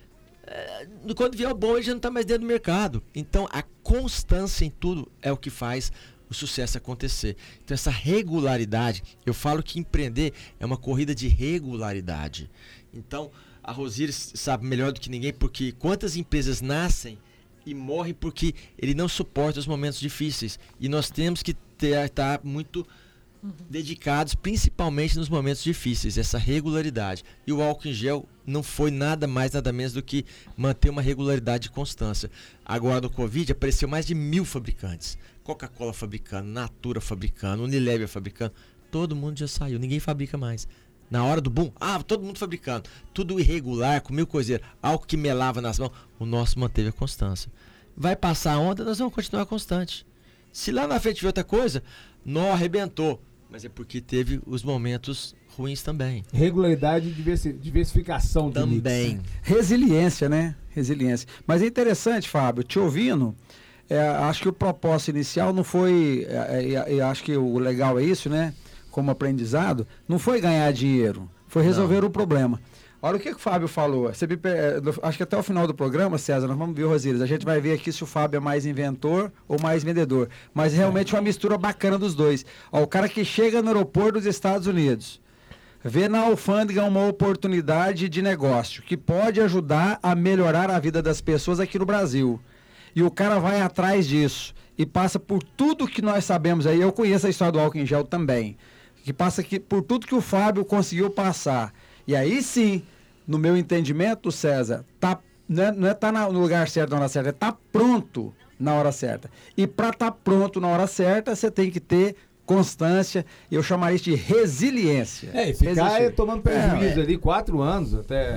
quando vier o bom ele já não está mais dentro do mercado. Então a constância em tudo é o que faz o sucesso acontecer. Então essa regularidade, eu falo que empreender é uma corrida de regularidade. Então a Rosíris sabe melhor do que ninguém, porque quantas empresas nascem e morrem porque ele não suporta os momentos difíceis. E nós temos que estar muito dedicados, principalmente nos momentos difíceis, essa regularidade. E o álcool em gel não foi nada mais, nada menos do que manter uma regularidade de constância. Agora no Covid apareceu mais de 1000 fabricantes. Coca-Cola fabricando, Natura fabricando, Unilever fabricando. Todo mundo já saiu, ninguém fabrica mais. Na hora do boom, todo mundo fabricando. Tudo irregular, com 1000 coiseiras. Álcool que melava nas mãos. O nosso manteve a constância. Vai passar a onda, nós vamos continuar constante. Se lá na frente tiver outra coisa, não arrebentou. Mas é porque teve os momentos ruins também. Regularidade e diversificação de também. mix, né? Resiliência, né? Resiliência. Mas é interessante, Fábio, te ouvindo, acho que o propósito inicial não foi, acho que o legal é isso, né? Como aprendizado, não foi ganhar dinheiro, foi resolver o problema. Olha o que o Fábio falou. Acho que até o final do programa, César, nós vamos ver, Rosíris, a gente vai ver aqui se o Fábio é mais inventor ou mais vendedor. Mas realmente é uma mistura bacana dos dois. O cara que chega no aeroporto dos Estados Unidos, vê na alfândega uma oportunidade de negócio que pode ajudar a melhorar a vida das pessoas aqui no Brasil. E o cara vai atrás disso e passa por tudo que nós sabemos aí. Eu conheço a história do álcool em gel também. Que passa por tudo que o Fábio conseguiu passar. E aí sim, no meu entendimento, César, não é tá no lugar certo na hora certa, é tá pronto na hora certa. E para estar pronto na hora certa, você tem que ter constância, eu chamaria isso de resiliência. E ficar tomando prejuízo ali 4 anos até.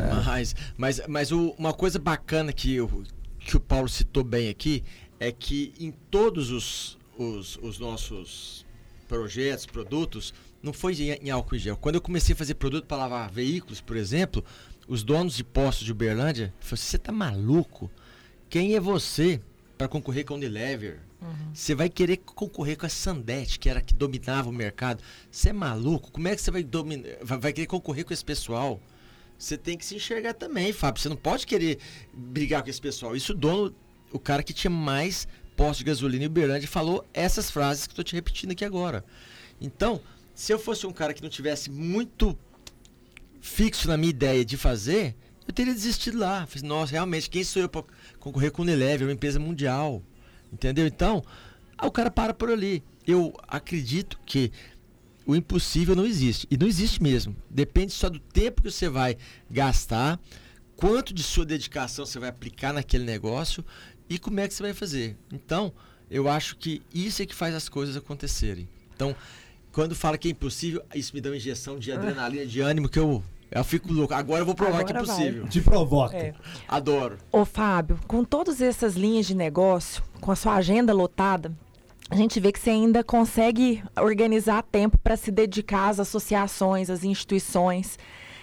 Mas uma coisa bacana que o Paulo citou bem aqui é que em todos os nossos projetos, produtos, não foi em álcool em gel. Quando eu comecei a fazer produto para lavar veículos, por exemplo, os donos de postos de Uberlândia falaram: você tá maluco? Quem é você para concorrer com a Unilever? Você vai querer concorrer com a Sandete, que era a que dominava o mercado. Você é maluco? Como é que você vai querer concorrer com esse pessoal? Você tem que se enxergar também, Fábio. Você não pode querer brigar com esse pessoal. Isso o cara que tinha mais postos de gasolina em Uberlândia falou essas frases que eu estou te repetindo aqui agora. Então, se eu fosse um cara que não tivesse muito fixo na minha ideia de fazer, eu teria desistido lá. Falei: nossa, realmente, quem sou eu para concorrer com o Unilever, uma empresa mundial? Entendeu? Então, o cara para por ali. Eu acredito que o impossível não existe. E não existe mesmo. Depende só do tempo que você vai gastar, quanto de sua dedicação você vai aplicar naquele negócio e como é que você vai fazer. Então, eu acho que isso é que faz as coisas acontecerem. Então, quando fala que é impossível, isso me dá uma injeção de adrenalina, de ânimo, que eu fico louco. Agora eu vou provar que é possível. Te provoca. Adoro. Ô, Fábio, com todas essas linhas de negócio, com a sua agenda lotada, a gente vê que você ainda consegue organizar tempo para se dedicar às associações, às instituições,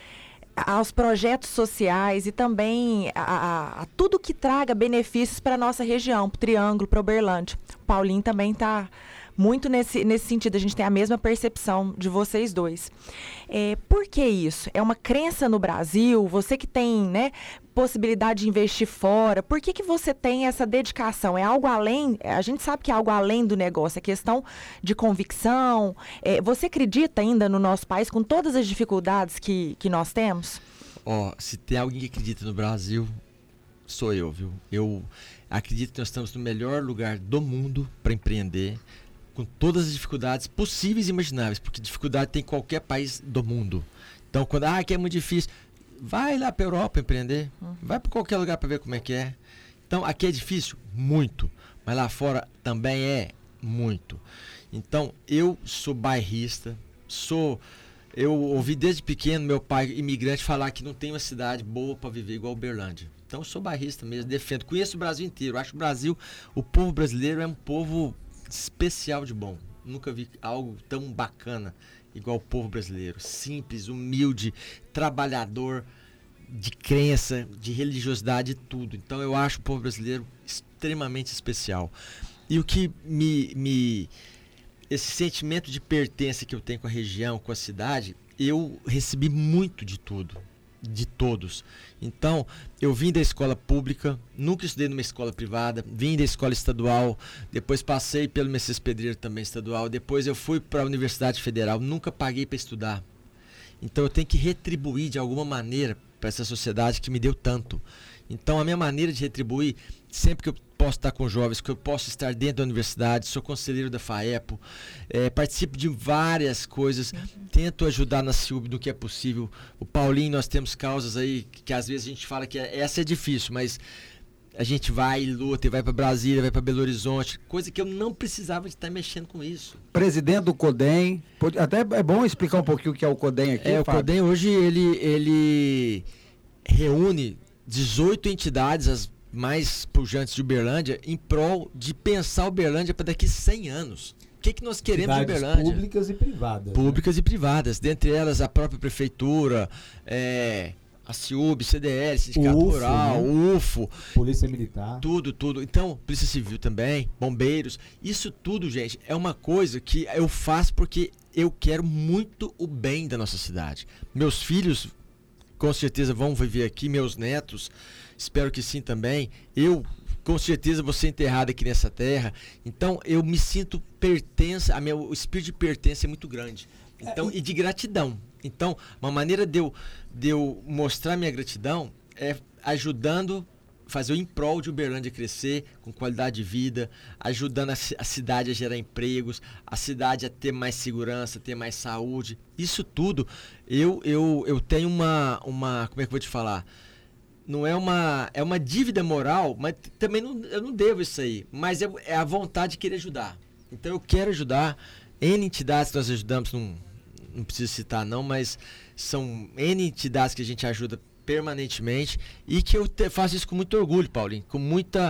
aos projetos sociais e também a tudo que traga benefícios para a nossa região, para o Triângulo, para Uberlândia. O Paulinho também está muito nesse sentido, a gente tem a mesma percepção de vocês dois. Por que isso? É uma crença no Brasil? Você que tem, né, possibilidade de investir fora, por que você tem essa dedicação? É algo além, a gente sabe que é algo além do negócio, é questão de convicção. Você acredita ainda no nosso país, com todas as dificuldades que nós temos? Se tem alguém que acredita no Brasil, sou eu, viu? Eu acredito que nós estamos no melhor lugar do mundo para empreender, com todas as dificuldades possíveis e imagináveis, porque dificuldade tem em qualquer país do mundo. Então, quando aqui é muito difícil, vai lá para a Europa empreender, vai para qualquer lugar para ver como é que é. Então, aqui é difícil? Muito, mas lá fora também é muito. Então, eu sou bairrista, eu ouvi desde pequeno meu pai, imigrante, falar que não tem uma cidade boa para viver igual Uberlândia. Então eu sou bairrista mesmo, defendo, conheço o Brasil inteiro. Acho que o Brasil, o povo brasileiro é um povo especial de bom. Nunca vi algo tão bacana igual o povo brasileiro. Simples, humilde, trabalhador, de crença, de religiosidade, tudo. Então eu acho o povo brasileiro extremamente especial. E o que esse sentimento de pertença que eu tenho com a região, com a cidade, eu recebi muito de tudo, de todos. Então, eu vim da escola pública, nunca estudei numa escola privada, vim da escola estadual, depois passei pelo Messias Pedreiro também estadual, depois eu fui para a Universidade Federal, nunca paguei para estudar. Então, eu tenho que retribuir de alguma maneira para essa sociedade que me deu tanto. Então, a minha maneira de retribuir, sempre que eu posso estar com jovens, que eu posso estar dentro da universidade, sou conselheiro da FAEPO, participo de várias coisas, tento ajudar na CIUB no que é possível. O Paulinho, nós temos causas aí que às vezes a gente fala que essa é difícil, mas a gente vai e luta, e vai para Brasília, vai para Belo Horizonte, coisa que eu não precisava de estar mexendo com isso. Presidente do CODEM, até é bom explicar um pouquinho o que é o CODEM aqui, o CODEM hoje ele reúne 18 entidades, as mais pujantes de Uberlândia, em prol de pensar Uberlândia para daqui 100 anos. O que nós queremos de Uberlândia? Públicas e privadas. Públicas, né? E privadas. Dentre elas, a própria prefeitura, a CIUB, CDL, Sindicato Rural, né? UFO. Polícia Militar. Tudo. Então, Polícia Civil também, bombeiros. Isso tudo, gente, é uma coisa que eu faço porque eu quero muito o bem da nossa cidade. Meus filhos, com certeza, vão viver aqui, meus netos, espero que sim também. Eu, com certeza, vou ser enterrado aqui nessa terra. Então, eu me sinto pertença, o espírito de pertença é muito grande. Então, e de gratidão. Então, uma maneira de eu mostrar minha gratidão é ajudando, fazer o em prol de Uberlândia crescer com qualidade de vida, ajudando a cidade a gerar empregos, a cidade a ter mais segurança, ter mais saúde. Isso tudo, eu tenho uma como é que eu vou te falar? Não é uma dívida moral, mas também eu não devo isso aí. Mas é a vontade de querer ajudar. Então eu quero ajudar. N entidades que nós ajudamos, não preciso citar não, mas são N entidades que a gente ajuda permanentemente e que eu faço isso com muito orgulho, Paulinho, com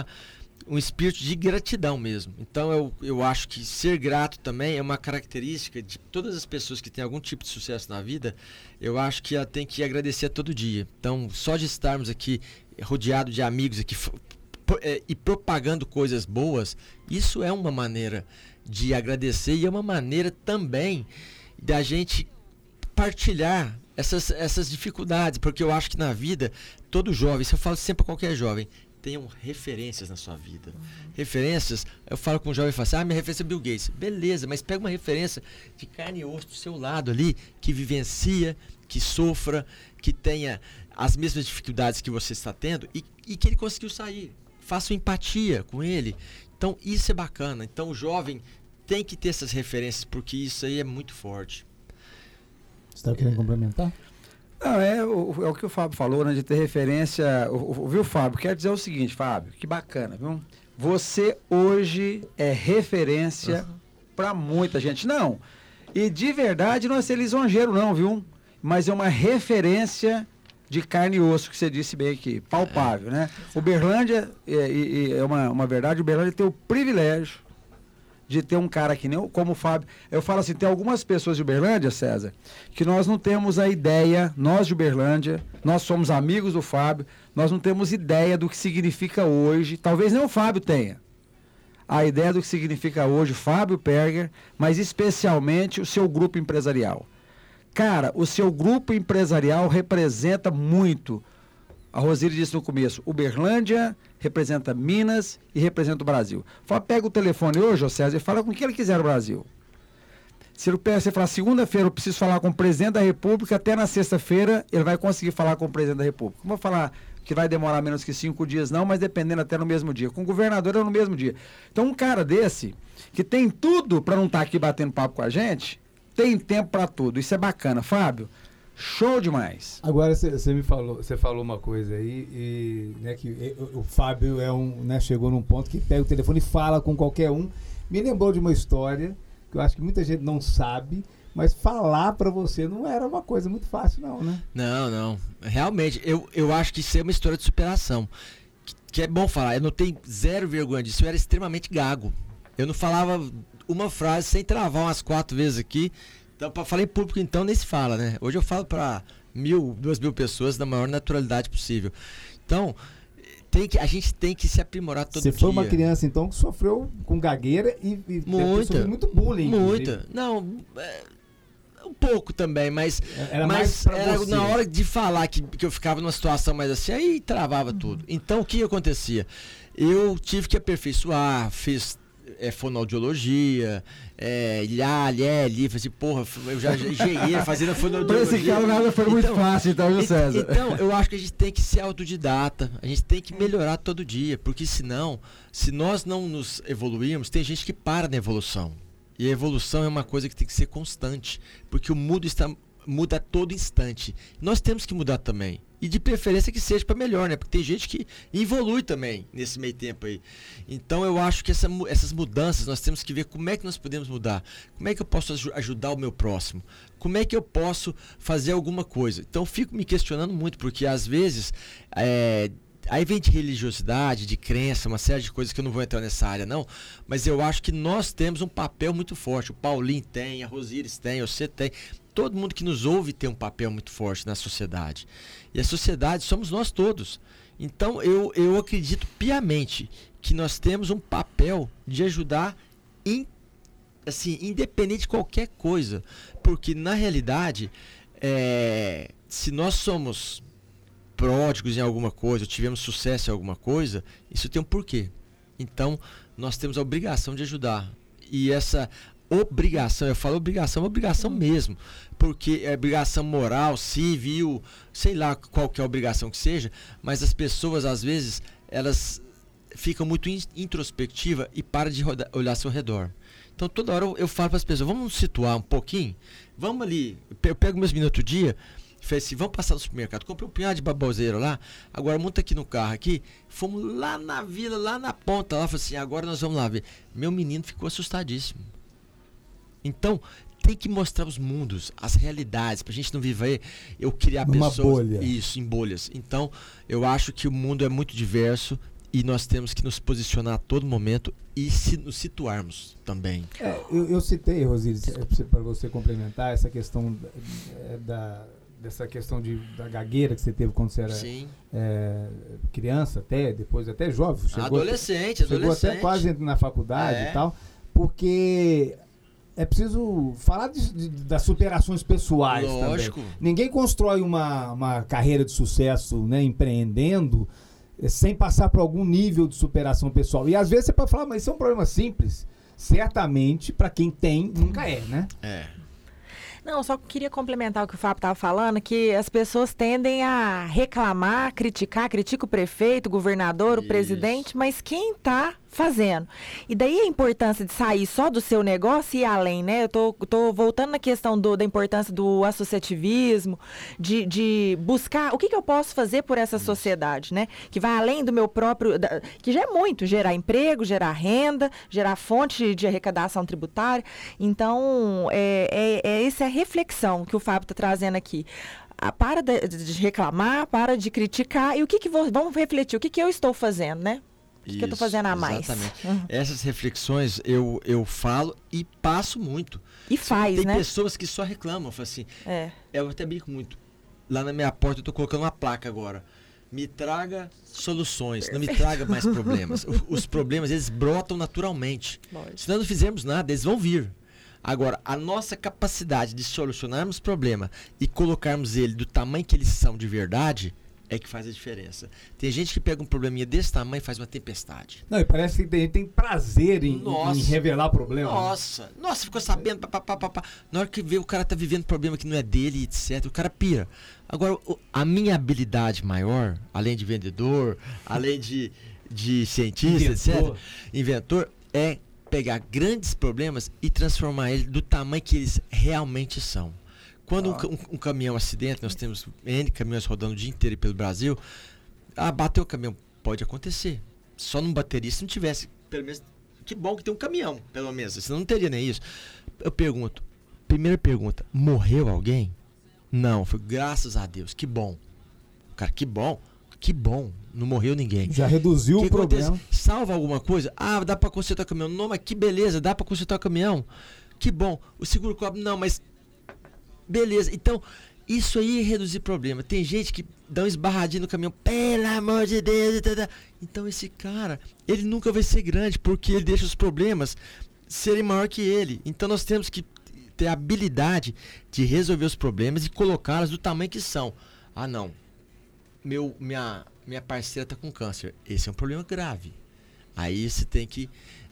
um espírito de gratidão mesmo. Então eu acho que ser grato também é uma característica de todas as pessoas que têm algum tipo de sucesso na vida. Eu acho que ela tem que agradecer a todo dia. Então, só de estarmos aqui rodeado de amigos aqui e propagando coisas boas, isso é uma maneira de agradecer e é uma maneira também da gente partilhar essas dificuldades, porque eu acho que na vida, todo jovem, isso eu falo sempre para qualquer jovem, tenham referências na sua vida. Referências, eu falo com um jovem e falo assim, minha referência é Bill Gates. Beleza, mas pega uma referência de carne e osso do seu lado ali, que vivencia, que sofra, que tenha as mesmas dificuldades que você está tendo e que ele conseguiu sair. Faça empatia com ele. Então, isso é bacana. Então, o jovem tem que ter essas referências, porque isso aí é muito forte. Você está querendo complementar? Não, é o que o Fábio falou, né, de ter referência. Viu, Fábio? Quero dizer o seguinte, Fábio, que bacana, viu? Você hoje é referência para muita gente. Não, e de verdade não é ser lisonjeiro não, viu? Mas é uma referência de carne e osso, que você disse bem aqui, palpável, né? Uberlândia, é uma verdade, Uberlândia tem o privilégio de ter um cara que nem como o Fábio. Eu falo assim, tem algumas pessoas de Uberlândia, César, que nós não temos a ideia, nós de Uberlândia, nós somos amigos do Fábio, nós não temos ideia do que significa hoje, talvez nem o Fábio tenha, a ideia do que significa hoje Fábio Perger, mas especialmente o seu grupo empresarial. Cara, o seu grupo empresarial representa muito. A Rosília disse no começo, Uberlândia representa Minas e representa o Brasil. Pega o telefone hoje, ô César, e fala com quem ele quiser no Brasil. Se você falar, segunda-feira eu preciso falar com o presidente da República, até na sexta-feira ele vai conseguir falar com o presidente da República. Não vou falar que vai demorar menos que 5 dias não, mas dependendo até no mesmo dia. Com o governador é no mesmo dia. Então um cara desse, que tem tudo para não estar aqui batendo papo com a gente, tem tempo para tudo. Isso é bacana. Fábio, show demais. Agora você falou uma coisa aí, e, né, que o Fábio chegou num ponto que pega o telefone e fala com qualquer um. Me lembrou de uma história que eu acho que muita gente não sabe, mas falar pra você não era uma coisa muito fácil não, né? Não. Realmente, eu acho que isso é uma história de superação. Que é bom falar, eu não tenho zero vergonha disso, eu era extremamente gago. Eu não falava uma frase sem travar umas 4 vezes aqui. Então, para falar em público, então, nem se fala, né? Hoje eu falo para 1.000, 2.000 pessoas da maior naturalidade possível. Então, a gente tem que se aprimorar todo dia. Você foi uma criança, então, que sofreu com gagueira e sofreu muito bullying. Muita. Não, um pouco também, mas era mais pra era você. Na hora de falar que eu ficava numa situação mais assim, aí travava tudo. Então, o que acontecia? Eu tive que aperfeiçoar, fiz fonoaudiologia, falei assim, porra, eu já engenheiro fazendo fonoaudiologia. Pra esse cara nada foi muito fácil, então, viu, César? Então, eu acho que a gente tem que ser autodidata, a gente tem que melhorar todo dia, porque senão, se nós não nos evoluirmos, tem gente que para na evolução. E a evolução é uma coisa que tem que ser constante, porque o mundo muda a todo instante. Nós temos que mudar também. E de preferência que seja para melhor, né? Porque tem gente que evolui também nesse meio tempo aí. Então eu acho que essas mudanças nós temos que ver como é que nós podemos mudar. Como é que eu posso ajudar o meu próximo? Como é que eu posso fazer alguma coisa? Então eu fico me questionando muito, porque às vezes aí vem de religiosidade, de crença, uma série de coisas que eu não vou entrar nessa área não, mas eu acho que nós temos um papel muito forte. O Paulinho tem, a Rosíris tem, você tem. Todo mundo que nos ouve tem um papel muito forte na sociedade. E a sociedade somos nós todos. Então eu acredito piamente que nós temos um papel de ajudar independente de qualquer coisa. Porque na realidade, se nós somos pródigos em alguma coisa, ou tivemos sucesso em alguma coisa, isso tem um porquê. Então nós temos a obrigação de ajudar. E essa obrigação, eu falo obrigação, é uma obrigação mesmo, porque é obrigação moral, civil, sei lá qual que é a obrigação que seja, mas as pessoas às vezes elas ficam muito introspectivas e param de olhar ao seu redor. Então toda hora eu falo para as pessoas, vamos nos situar um pouquinho, vamos ali, eu pego meus minutos do dia, falei assim, vamos passar no supermercado, comprei um punhado de baboseiro lá, agora monta aqui no carro aqui, fomos lá na vila, lá na ponta, lá, falei assim, agora nós vamos lá ver. Meu menino ficou assustadíssimo. Então, tem que mostrar os mundos, as realidades, pra gente não viver, eu criar numa pessoas... bolha. Isso, em bolhas. Então, eu acho que o mundo é muito diverso e nós temos que nos posicionar a todo momento e nos situarmos também. Eu citei, Rosília, para você complementar, essa questão dessa questão da gagueira que você teve quando você era criança, depois até jovem. Adolescente. Chegou até quase na faculdade e tal, porque... É preciso falar das superações pessoais. Lógico. Também. Ninguém constrói uma carreira de sucesso, né, empreendendo sem passar por algum nível de superação pessoal. E às vezes você pode falar, mas isso é um problema simples. Certamente, para quem tem, nunca é, né? Não, só queria complementar o que o Fábio estava falando, que as pessoas tendem a reclamar, criticar, critica o prefeito, o governador, o presidente, mas quem está fazendo? E daí a importância de sair só do seu negócio e ir além, né? Eu tô voltando na questão da importância do associativismo, de buscar o que eu posso fazer por essa sociedade, né? Que vai além do meu próprio... que já é muito, gerar emprego, gerar renda, gerar fonte de arrecadação tributária. Então, essa é a reflexão que o Fábio está trazendo aqui. Para de reclamar, para de criticar. E vamos refletir, o que eu estou fazendo, né? O que eu estou fazendo a mais? Exatamente. Essas reflexões eu falo e passo muito. E faz, Tem né? pessoas que só reclamam. Falam assim, eu até brinco muito. Lá na minha porta eu estou colocando uma placa agora. me traga soluções, não me traga mais problemas. Os problemas, eles brotam naturalmente. Se nós não fizermos nada, eles vão vir. Agora, a nossa capacidade de solucionarmos problema e colocarmos ele do tamanho que eles são de verdade é que faz a diferença. Tem gente que pega um probleminha desse tamanho e faz uma tempestade. Não, e parece que tem prazer em revelar problema. Nossa, ficou sabendo. Na hora que vê o cara tá vivendo problema que não é dele, etc., o cara pira. Agora, a minha habilidade maior, além de vendedor, além de cientista, etc., inventor, é pegar grandes problemas e transformar eles do tamanho que eles realmente são. Quando um caminhão acidente, nós temos N caminhões rodando o dia inteiro pelo Brasil, bateu o caminhão, pode acontecer. Só não bateria se não tivesse, pelo menos, que bom que tem um caminhão, pelo menos, senão não teria nem isso. Eu pergunto, primeira pergunta, morreu alguém? Não, foi graças a Deus, que bom. Cara, que bom, não morreu ninguém. Já reduziu o problema. Acontece? Salva alguma coisa? Dá pra consertar o caminhão. Não, mas que beleza, dá pra consertar o caminhão. Que bom, o seguro cobre, não, mas beleza, então isso aí é reduzir problema. Tem gente que dá um esbarradinho no caminhão, pelo amor de Deus. Então esse cara, ele nunca vai ser grande, porque ele deixa os problemas serem maior que ele. Então nós temos que ter a habilidade de resolver os problemas e colocá-los do tamanho que são. Não, minha parceira está com câncer. Esse é um problema grave. Aí você tem que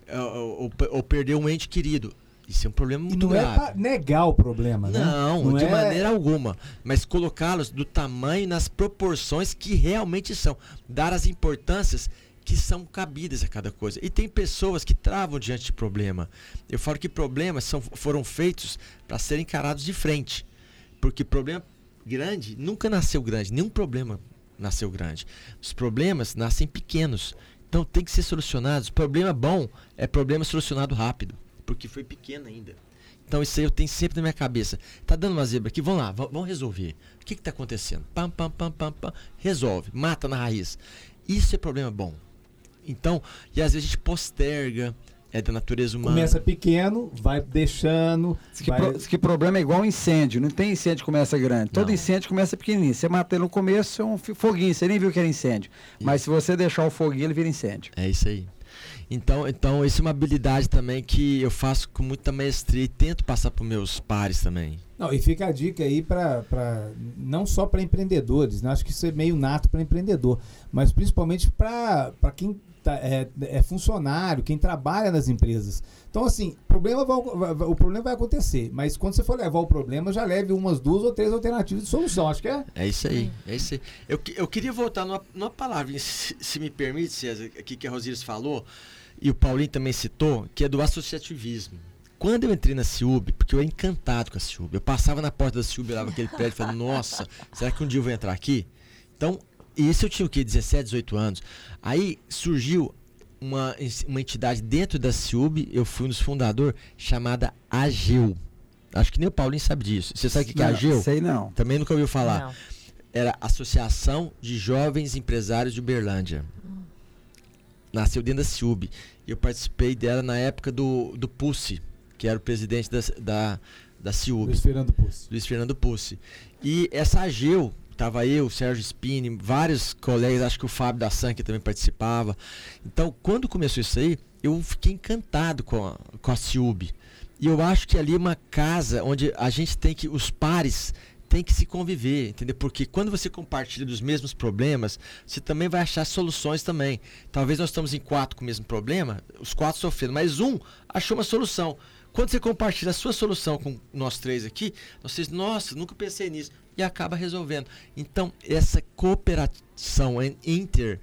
ou perder um ente querido. Isso é um problema muito grave. Não é para negar o problema, né? Não de maneira alguma. Mas colocá-los do tamanho, nas proporções que realmente são. Dar as importâncias que são cabidas a cada coisa. E tem pessoas que travam diante de problema. Eu falo que problemas foram feitos para serem encarados de frente. Porque problema grande nunca nasceu grande. Nenhum problema nasceu grande. Os problemas nascem pequenos. Então tem que ser solucionados. Problema bom é problema solucionado rápido. Porque foi pequeno ainda. Então isso aí eu tenho sempre na minha cabeça. Tá dando uma zebra aqui, vamos lá, vamos resolver. O que tá acontecendo? Pam. Resolve, mata na raiz. Isso é problema bom. Então, e às vezes a gente posterga, é da natureza humana. Começa pequeno, vai deixando. Diz que problema é igual incêndio. Não tem incêndio que começa grande. Todo incêndio começa pequenininho. Você mata ele no começo, é um foguinho. Você nem viu que era incêndio. Isso. Mas se você deixar o foguinho, ele vira incêndio. É isso aí. Então isso é uma habilidade também que eu faço com muita maestria e tento passar para os meus pares também. Não, e fica a dica aí não só para empreendedores, né? Acho que isso é meio nato para empreendedor, mas principalmente para quem é funcionário, quem trabalha nas empresas. Então, assim, o problema vai acontecer, mas quando você for levar o problema, já leve umas 2 ou 3 alternativas de solução, acho que é. É isso aí. Eu queria voltar numa palavra, se me permite, César, aqui que a Rosíris falou, e o Paulinho também citou, que é do associativismo. Quando eu entrei na CIUB, porque eu era encantado com a CIUB, eu passava na porta da CIUB, olhava aquele prédio e falava, nossa, será que um dia eu vou entrar aqui? Então, isso eu tinha o quê? 17, 18 anos. Aí surgiu uma entidade dentro da CIUB, eu fui um dos fundadores, chamada AGEU. Acho que nem o Paulinho sabe disso. Você sabe o que é AGEU? Sei não. Também nunca ouviu falar. Não. Era Associação de Jovens Empresários de Uberlândia. Nasceu dentro da CIUB. Eu participei dela na época do Pussi, que era o presidente da CIUB. Luiz Fernando Pussi. E essa AGEU, estava eu, o Sérgio Spini, vários colegas, acho que o Fábio da Sanque também participava. Então, quando começou isso aí, eu fiquei encantado com a CIUB. E eu acho que ali é uma casa onde a gente os pares têm que se conviver, entendeu? Porque quando você compartilha dos mesmos problemas, você também vai achar soluções também. Talvez nós estamos em 4 com o mesmo problema, os 4 sofrendo, mas um achou uma solução. Quando você compartilha a sua solução com nós 3 aqui, vocês, nossa, nunca pensei nisso. E acaba resolvendo. Então, essa cooperação entre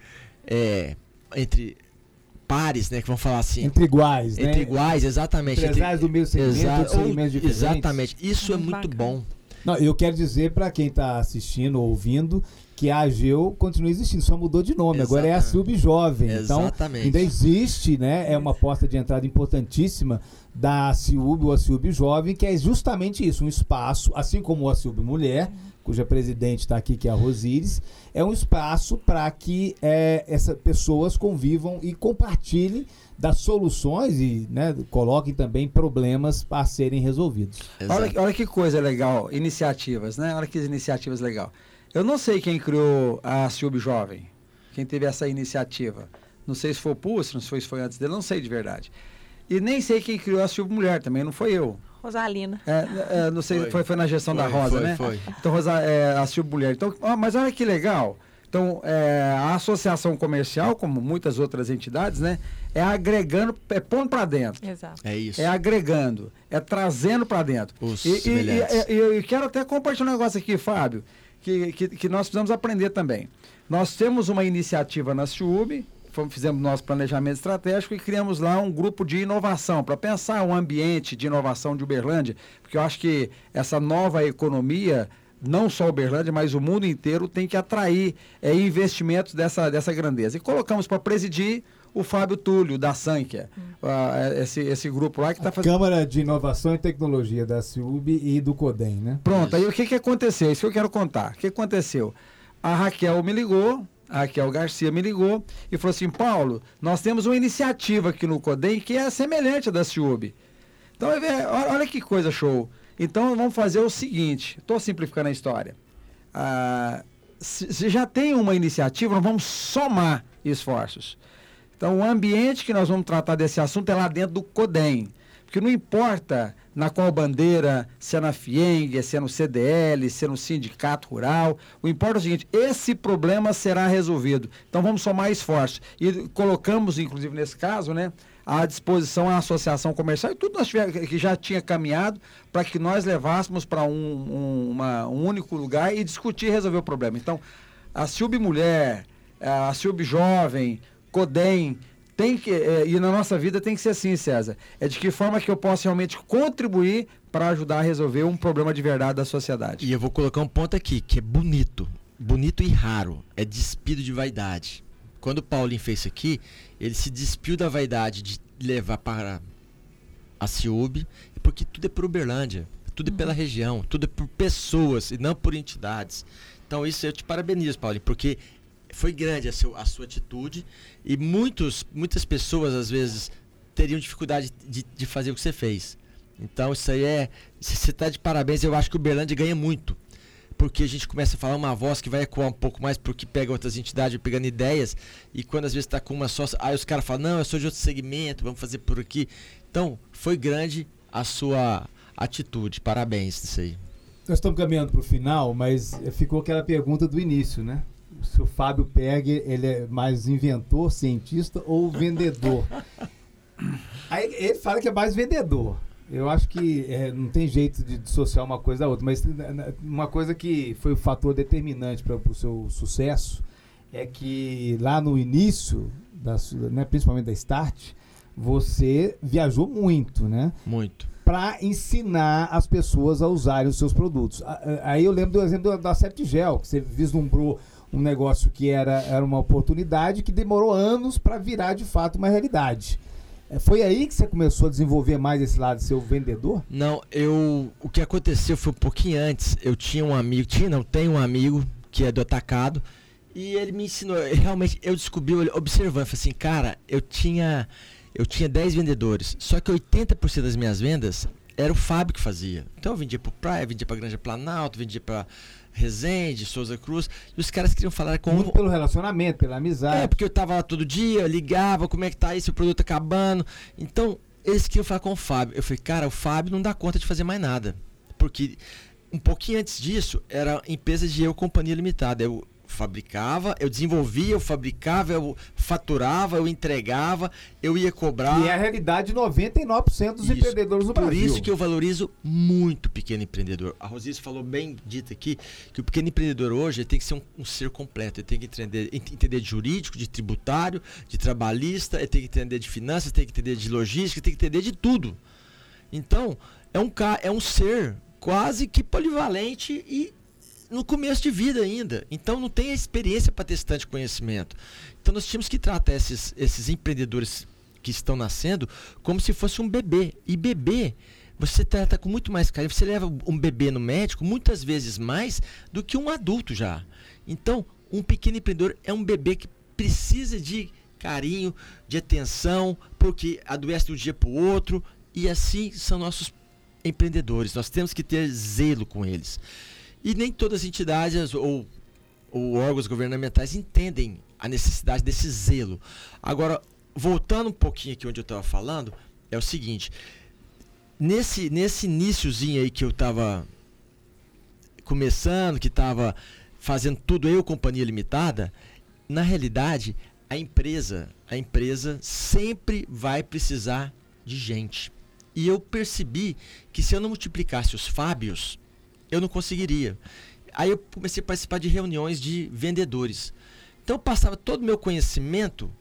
pares, né, que vamos falar assim. Entre iguais, né? Entre iguais, exatamente. Empresários do mesmo segmento, segmentos diferentes. Exatamente. Isso é muito bom. Não, eu quero dizer para quem está assistindo ou ouvindo que a AGEU continua existindo, só mudou de nome. Exatamente. Agora é a CIUB Jovem. Exatamente. Então, ainda existe, né? É uma porta de entrada importantíssima da CIUB ou a CIUB Jovem, que é justamente isso, um espaço, assim como a CIUB Mulher, cuja presidente está aqui, que é a Rosíris, é um espaço para que essas pessoas convivam e compartilhem das soluções e, né, coloquem também problemas para serem resolvidos. Olha que coisa legal, iniciativas, né? Olha que iniciativas legal. Eu não sei quem criou a Ciúbe Jovem, quem teve essa iniciativa. Não sei se foi o Pulse, não sei se foi antes dele, não sei de verdade. E nem sei quem criou a Ciúbe Mulher, também não foi eu. Rosalina. Não sei, foi na gestão da Rosa, né? Foi. Então, a Ciúbe Mulher. Então, mas olha que legal. Então, a associação comercial, como muitas outras entidades, né? É agregando, é pondo para dentro. Exato. É isso. É agregando, é trazendo para dentro. Os E semelhantes. eu quero até compartilhar um negócio aqui, Fábio, que nós precisamos aprender também. Nós temos uma iniciativa na Ciúbe, fizemos nosso planejamento estratégico e criamos lá um grupo de inovação, para pensar o ambiente de inovação de Uberlândia, porque eu acho que essa nova economia, não só Uberlândia, mas o mundo inteiro, tem que atrair investimentos dessa grandeza. E colocamos para presidir o Fábio Túlio, da Sankia, esse grupo lá que está fazendo... Câmara de Inovação e Tecnologia da Ciúbe e do CODEM, né? Pronto, aí o que aconteceu? Isso que eu quero contar. O que aconteceu? A Raquel me ligou, a Raquel Garcia me ligou e falou assim: Paulo, nós temos uma iniciativa aqui no CODEM que é semelhante à da Ciúbe. Então, olha que coisa show. Então, vamos fazer o seguinte, estou simplificando a história. Se já tem uma iniciativa, nós vamos somar esforços. Então, o ambiente que nós vamos tratar desse assunto é lá dentro do CODEM. Porque não importa na qual bandeira, se é na FIENG, se é no CDL, se é no Sindicato Rural, o importa é o seguinte: esse problema será resolvido. Então, vamos somar esforços. E colocamos, inclusive nesse caso, né, à disposição a associação comercial e tudo nós que já tinha caminhado para que nós levássemos para um único lugar e discutir e resolver o problema. Então, a Ciúbe Mulher, a Ciúbe Jovem, CODEM, tem que, e na nossa vida tem que ser assim, César. É de que forma que eu posso realmente contribuir para ajudar a resolver um problema de verdade da sociedade. E eu vou colocar um ponto aqui, que é bonito e raro, é despido de vaidade. Quando o Paulinho fez isso aqui, ele se despiu da vaidade de levar para a Ciúbe, porque tudo é por Uberlândia, tudo é pela região, tudo é por pessoas e não por entidades. Então isso eu te parabenizo, Paulinho, porque foi grande a sua atitude e muitas pessoas às vezes teriam dificuldade de fazer o que você fez. Então isso aí você está de parabéns. Eu acho que o Uberlândia ganha muito, porque a gente começa a falar uma voz que vai ecoar um pouco mais porque pega outras entidades pegando ideias, e quando às vezes está com uma só, aí os caras falam: não, eu sou de outro segmento, vamos fazer por aqui. Então foi grande a sua atitude, parabéns nisso aí. Nós estamos caminhando para o final, mas ficou aquela pergunta do início, né? Se o Fábio Perger, ele é mais inventor, cientista ou vendedor? Aí ele fala que é mais vendedor. Eu acho que não tem jeito de dissociar uma coisa da outra, mas uma coisa que foi o fator determinante para o seu sucesso é que lá no início, né, principalmente da Start, você viajou muito, né? Muito. Para ensinar as pessoas a usarem os seus produtos. Aí eu lembro do exemplo da Septigel, que você vislumbrou um negócio que era uma oportunidade que demorou anos para virar de fato uma realidade. Foi aí que você começou a desenvolver mais esse lado de ser o vendedor? Não, o que aconteceu foi um pouquinho antes. Eu tinha um amigo, tenho um amigo que é do atacado, e ele me ensinou, realmente eu descobri observando, falei assim: cara, eu tinha 10 vendedores, só que 80% das minhas vendas era o Fábio que fazia. Então eu vendia para o Praia, vendia para Granja Planalto, vendia para Resende, Souza Cruz, e os caras queriam falar com... Muito pelo relacionamento, pela amizade. Porque eu tava lá todo dia, ligava, como é que tá isso, o produto acabando. Então, eles queriam falar com o Fábio. Eu falei: cara, o Fábio não dá conta de fazer mais nada. Porque um pouquinho antes disso, era empresa de Companhia Limitada. Eu fabricava, eu desenvolvia, eu fabricava, eu faturava, eu entregava, eu ia cobrar. E é a realidade de 99% dos empreendedores do Brasil. Por isso que eu valorizo muito o pequeno empreendedor. A Rosice falou bem dito aqui que o pequeno empreendedor hoje tem que ser um ser completo. Ele tem que entender de jurídico, de tributário, de trabalhista, ele tem que entender de finanças, tem que entender de logística, tem que entender de tudo. Então, é um ser quase que polivalente e no começo de vida ainda. Então não tem a experiência para ter esse tanto de conhecimento. Então nós tínhamos que tratar esses empreendedores que estão nascendo como se fosse um bebê. E bebê, você trata com muito mais carinho. Você leva um bebê no médico muitas vezes mais do que um adulto já. Então, um pequeno empreendedor é um bebê que precisa de carinho, de atenção, porque adoece de um dia para o outro. E assim são nossos empreendedores. Nós temos que ter zelo com eles. E nem todas as entidades ou os órgãos governamentais entendem a necessidade desse zelo. Agora, voltando um pouquinho aqui onde eu estava falando, é o seguinte, nesse iniciozinho aí que eu estava começando, que estava fazendo tudo eu, Companhia Limitada, na realidade, a empresa sempre vai precisar de gente. E eu percebi que se eu não multiplicasse os Fábios, eu não conseguiria. Aí eu comecei a participar de reuniões de vendedores. Então eu passava todo o meu conhecimento.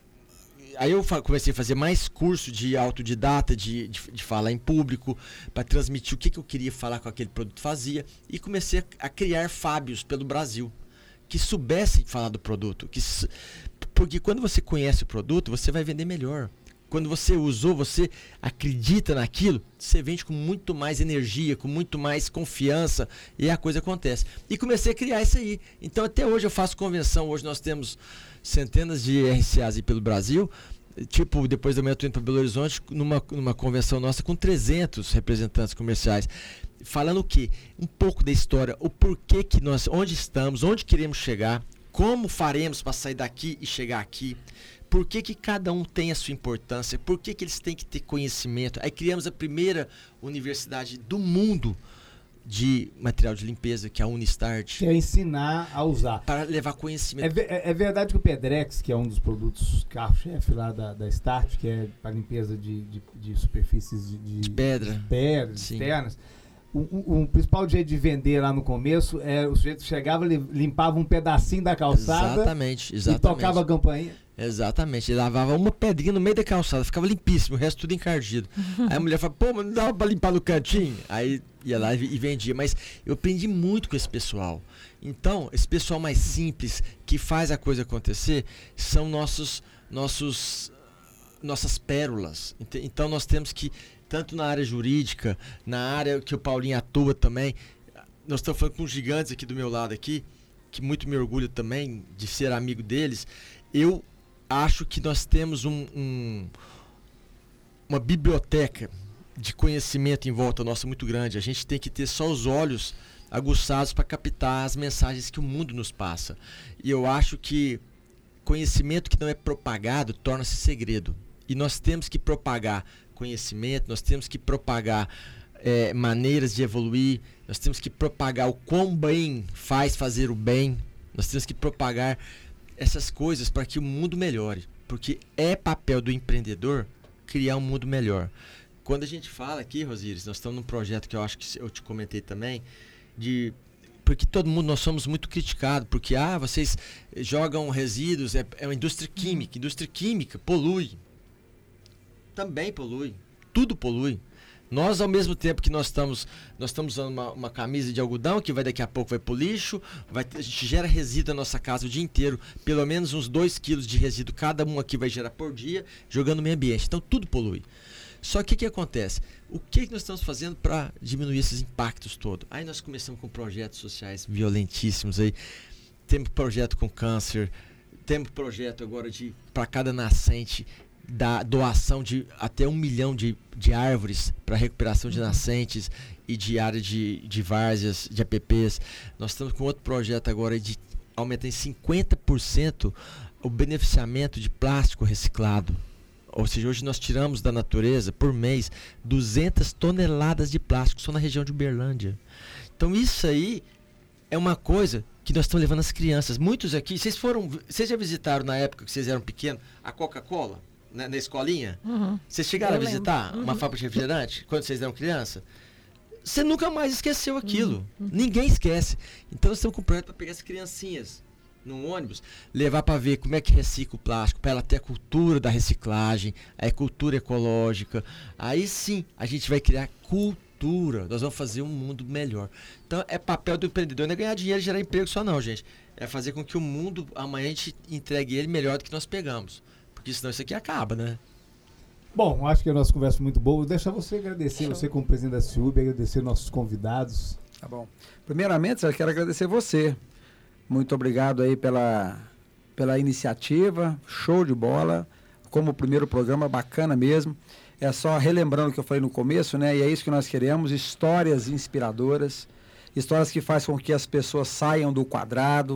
Aí eu comecei a fazer mais curso de autodidata, de falar em público, para transmitir o que eu queria falar com aquele produto fazia. E comecei a criar Fábios pelo Brasil, que soubessem falar do produto. Porque quando você conhece o produto, você vai vender melhor. Quando você usou, você acredita naquilo, você vende com muito mais energia, com muito mais confiança, e a coisa acontece. E comecei a criar isso aí. Então até hoje eu faço convenção, hoje nós temos centenas de RCAs aí pelo Brasil, tipo, depois da manhã eu estou indo para Belo Horizonte, numa convenção nossa com 300 representantes comerciais, falando o quê? Um pouco da história, o porquê que nós, onde estamos, onde queremos chegar, como faremos para sair daqui e chegar aqui, por que cada um tem a sua importância, por que eles têm que ter conhecimento. Aí criamos a primeira universidade do mundo de material de limpeza, que é a Unistart. Que é ensinar a usar. Para levar conhecimento. É verdade que o Pedrex, que é um dos produtos carro-chefe lá da Start, que é para limpeza de superfícies de pedra, externas, o principal jeito de vender lá no começo é o sujeito chegava, limpava um pedacinho da calçada. Exatamente. E tocava a campainha. Exatamente, ele lavava uma pedrinha no meio da calçada, ficava limpíssimo, o resto tudo encardido. Aí a mulher falava, pô, mas não dava pra limpar no cantinho? Aí ia lá e vendia, mas eu aprendi muito com esse pessoal. Então, esse pessoal mais simples, que faz a coisa acontecer, são nossas pérolas. Então nós temos que, tanto na área jurídica, na área que o Paulinho atua também, nós estamos falando com gigantes aqui do meu lado aqui, que muito me orgulho também de ser amigo deles. Eu acho que nós temos uma biblioteca de conhecimento em volta nossa muito grande. A gente tem que ter só os olhos aguçados para captar as mensagens que o mundo nos passa. E eu acho que conhecimento que não é propagado torna-se segredo. E nós temos que propagar conhecimento, nós temos que propagar maneiras de evoluir, nós temos que propagar o quão bem faz fazer o bem, nós temos que propagar essas coisas para que o mundo melhore, porque é papel do empreendedor criar um mundo melhor. Quando a gente fala aqui, Rosíris, nós estamos num projeto que eu acho que eu te comentei também, porque todo mundo, nós somos muito criticados, porque vocês jogam resíduos, é uma indústria química polui, também polui, tudo polui. Nós, ao mesmo tempo que nós estamos usando uma camisa de algodão, que daqui a pouco vai pro lixo, a gente gera resíduo na nossa casa o dia inteiro, pelo menos uns 2 quilos de resíduo cada um aqui vai gerar por dia, jogando no meio ambiente. Então tudo polui. Só que o que acontece? O que nós estamos fazendo para diminuir esses impactos todos? Aí nós começamos com projetos sociais violentíssimos aí. Temos projeto com câncer, temos projeto agora para cada nascente, da doação de até 1 milhão de árvores para recuperação de nascentes e de área de várzeas, de APPs. Nós estamos com outro projeto agora de aumentar em 50% o beneficiamento de plástico reciclado. Ou seja, hoje nós tiramos da natureza, por mês, 200 toneladas de plástico só na região de Uberlândia. Então isso aí é uma coisa que nós estamos levando as crianças. Muitos aqui, vocês já visitaram na época que vocês eram pequenos a Coca-Cola? Na escolinha? Vocês chegaram a visitar uma fábrica de refrigerante quando vocês eram criança? Você nunca mais esqueceu aquilo. Ninguém esquece. Então nós estamos com um projeto para pegar as criancinhas num ônibus, levar para ver como é que recicla o plástico, para ela ter a cultura da reciclagem, a cultura ecológica. Aí sim a gente vai criar cultura. Nós vamos fazer um mundo melhor. Então é papel do empreendedor, não é ganhar dinheiro e gerar emprego só não, gente. É fazer com que o mundo, amanhã a gente entregue ele melhor do que nós pegamos. Porque senão isso aqui acaba, né? Bom, acho que a nossa conversa é muito boa. Vou deixar você agradecer, você como presidente da CIUB, agradecer nossos convidados. Tá bom. Primeiramente, eu quero agradecer você. Muito obrigado aí pela iniciativa, show de bola. Como o primeiro programa, bacana mesmo. É só relembrando o que eu falei no começo, né? E é isso que nós queremos, histórias inspiradoras, histórias que fazem com que as pessoas saiam do quadrado,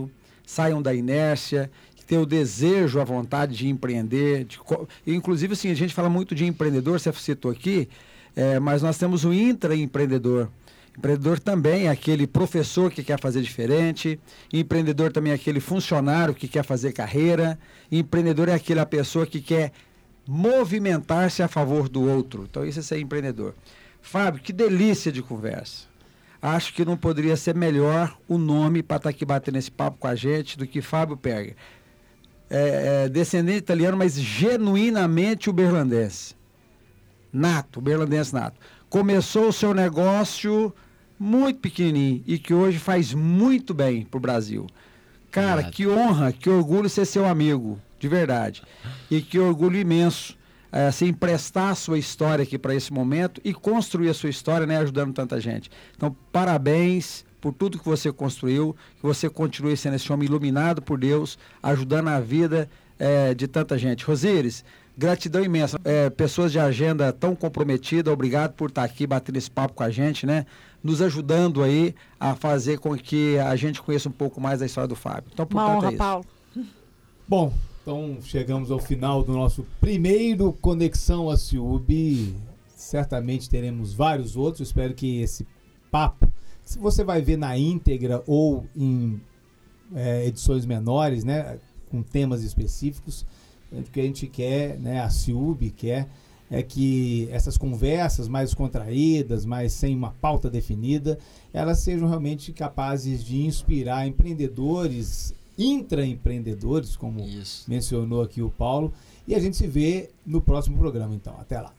saiam da inércia, ter o desejo, a vontade de empreender. Inclusive, assim, a gente fala muito de empreendedor, você citou aqui, mas nós temos o intraempreendedor. Empreendedor também é aquele professor que quer fazer diferente, empreendedor também é aquele funcionário que quer fazer carreira, empreendedor é aquela pessoa que quer movimentar-se a favor do outro. Então, isso é ser empreendedor. Fábio, que delícia de conversa. Acho que não poderia ser melhor o nome para estar aqui batendo esse papo com a gente do que Fábio Perger. Descendente italiano, mas genuinamente uberlandense. Uberlandense nato. Começou o seu negócio muito pequenininho e que hoje faz muito bem para o Brasil. Cara, que honra, que orgulho ser seu amigo, de verdade. E que orgulho imenso se emprestar a sua história aqui para esse momento e construir a sua história, né, ajudando tanta gente. Então, parabéns por tudo que você construiu, que você continue sendo esse homem iluminado por Deus, ajudando a vida de tanta gente. Rosíris, gratidão imensa. Pessoas de agenda tão comprometida, obrigado por estar aqui batendo esse papo com a gente, né? Nos ajudando aí a fazer com que a gente conheça um pouco mais da história do Fábio. Então, portanto, uma honra, é isso. Paulo. Bom, então chegamos ao final do nosso primeiro Conexão ACIUB. Certamente teremos vários outros. Espero que esse papo, se você vai ver na íntegra ou em edições menores, né, com temas específicos, o que a gente quer, né, a CIUB quer, é que essas conversas mais contraídas, mais sem uma pauta definida, elas sejam realmente capazes de inspirar empreendedores, intraempreendedores, como mencionou aqui o Paulo, e a gente se vê no próximo programa, então. Até lá.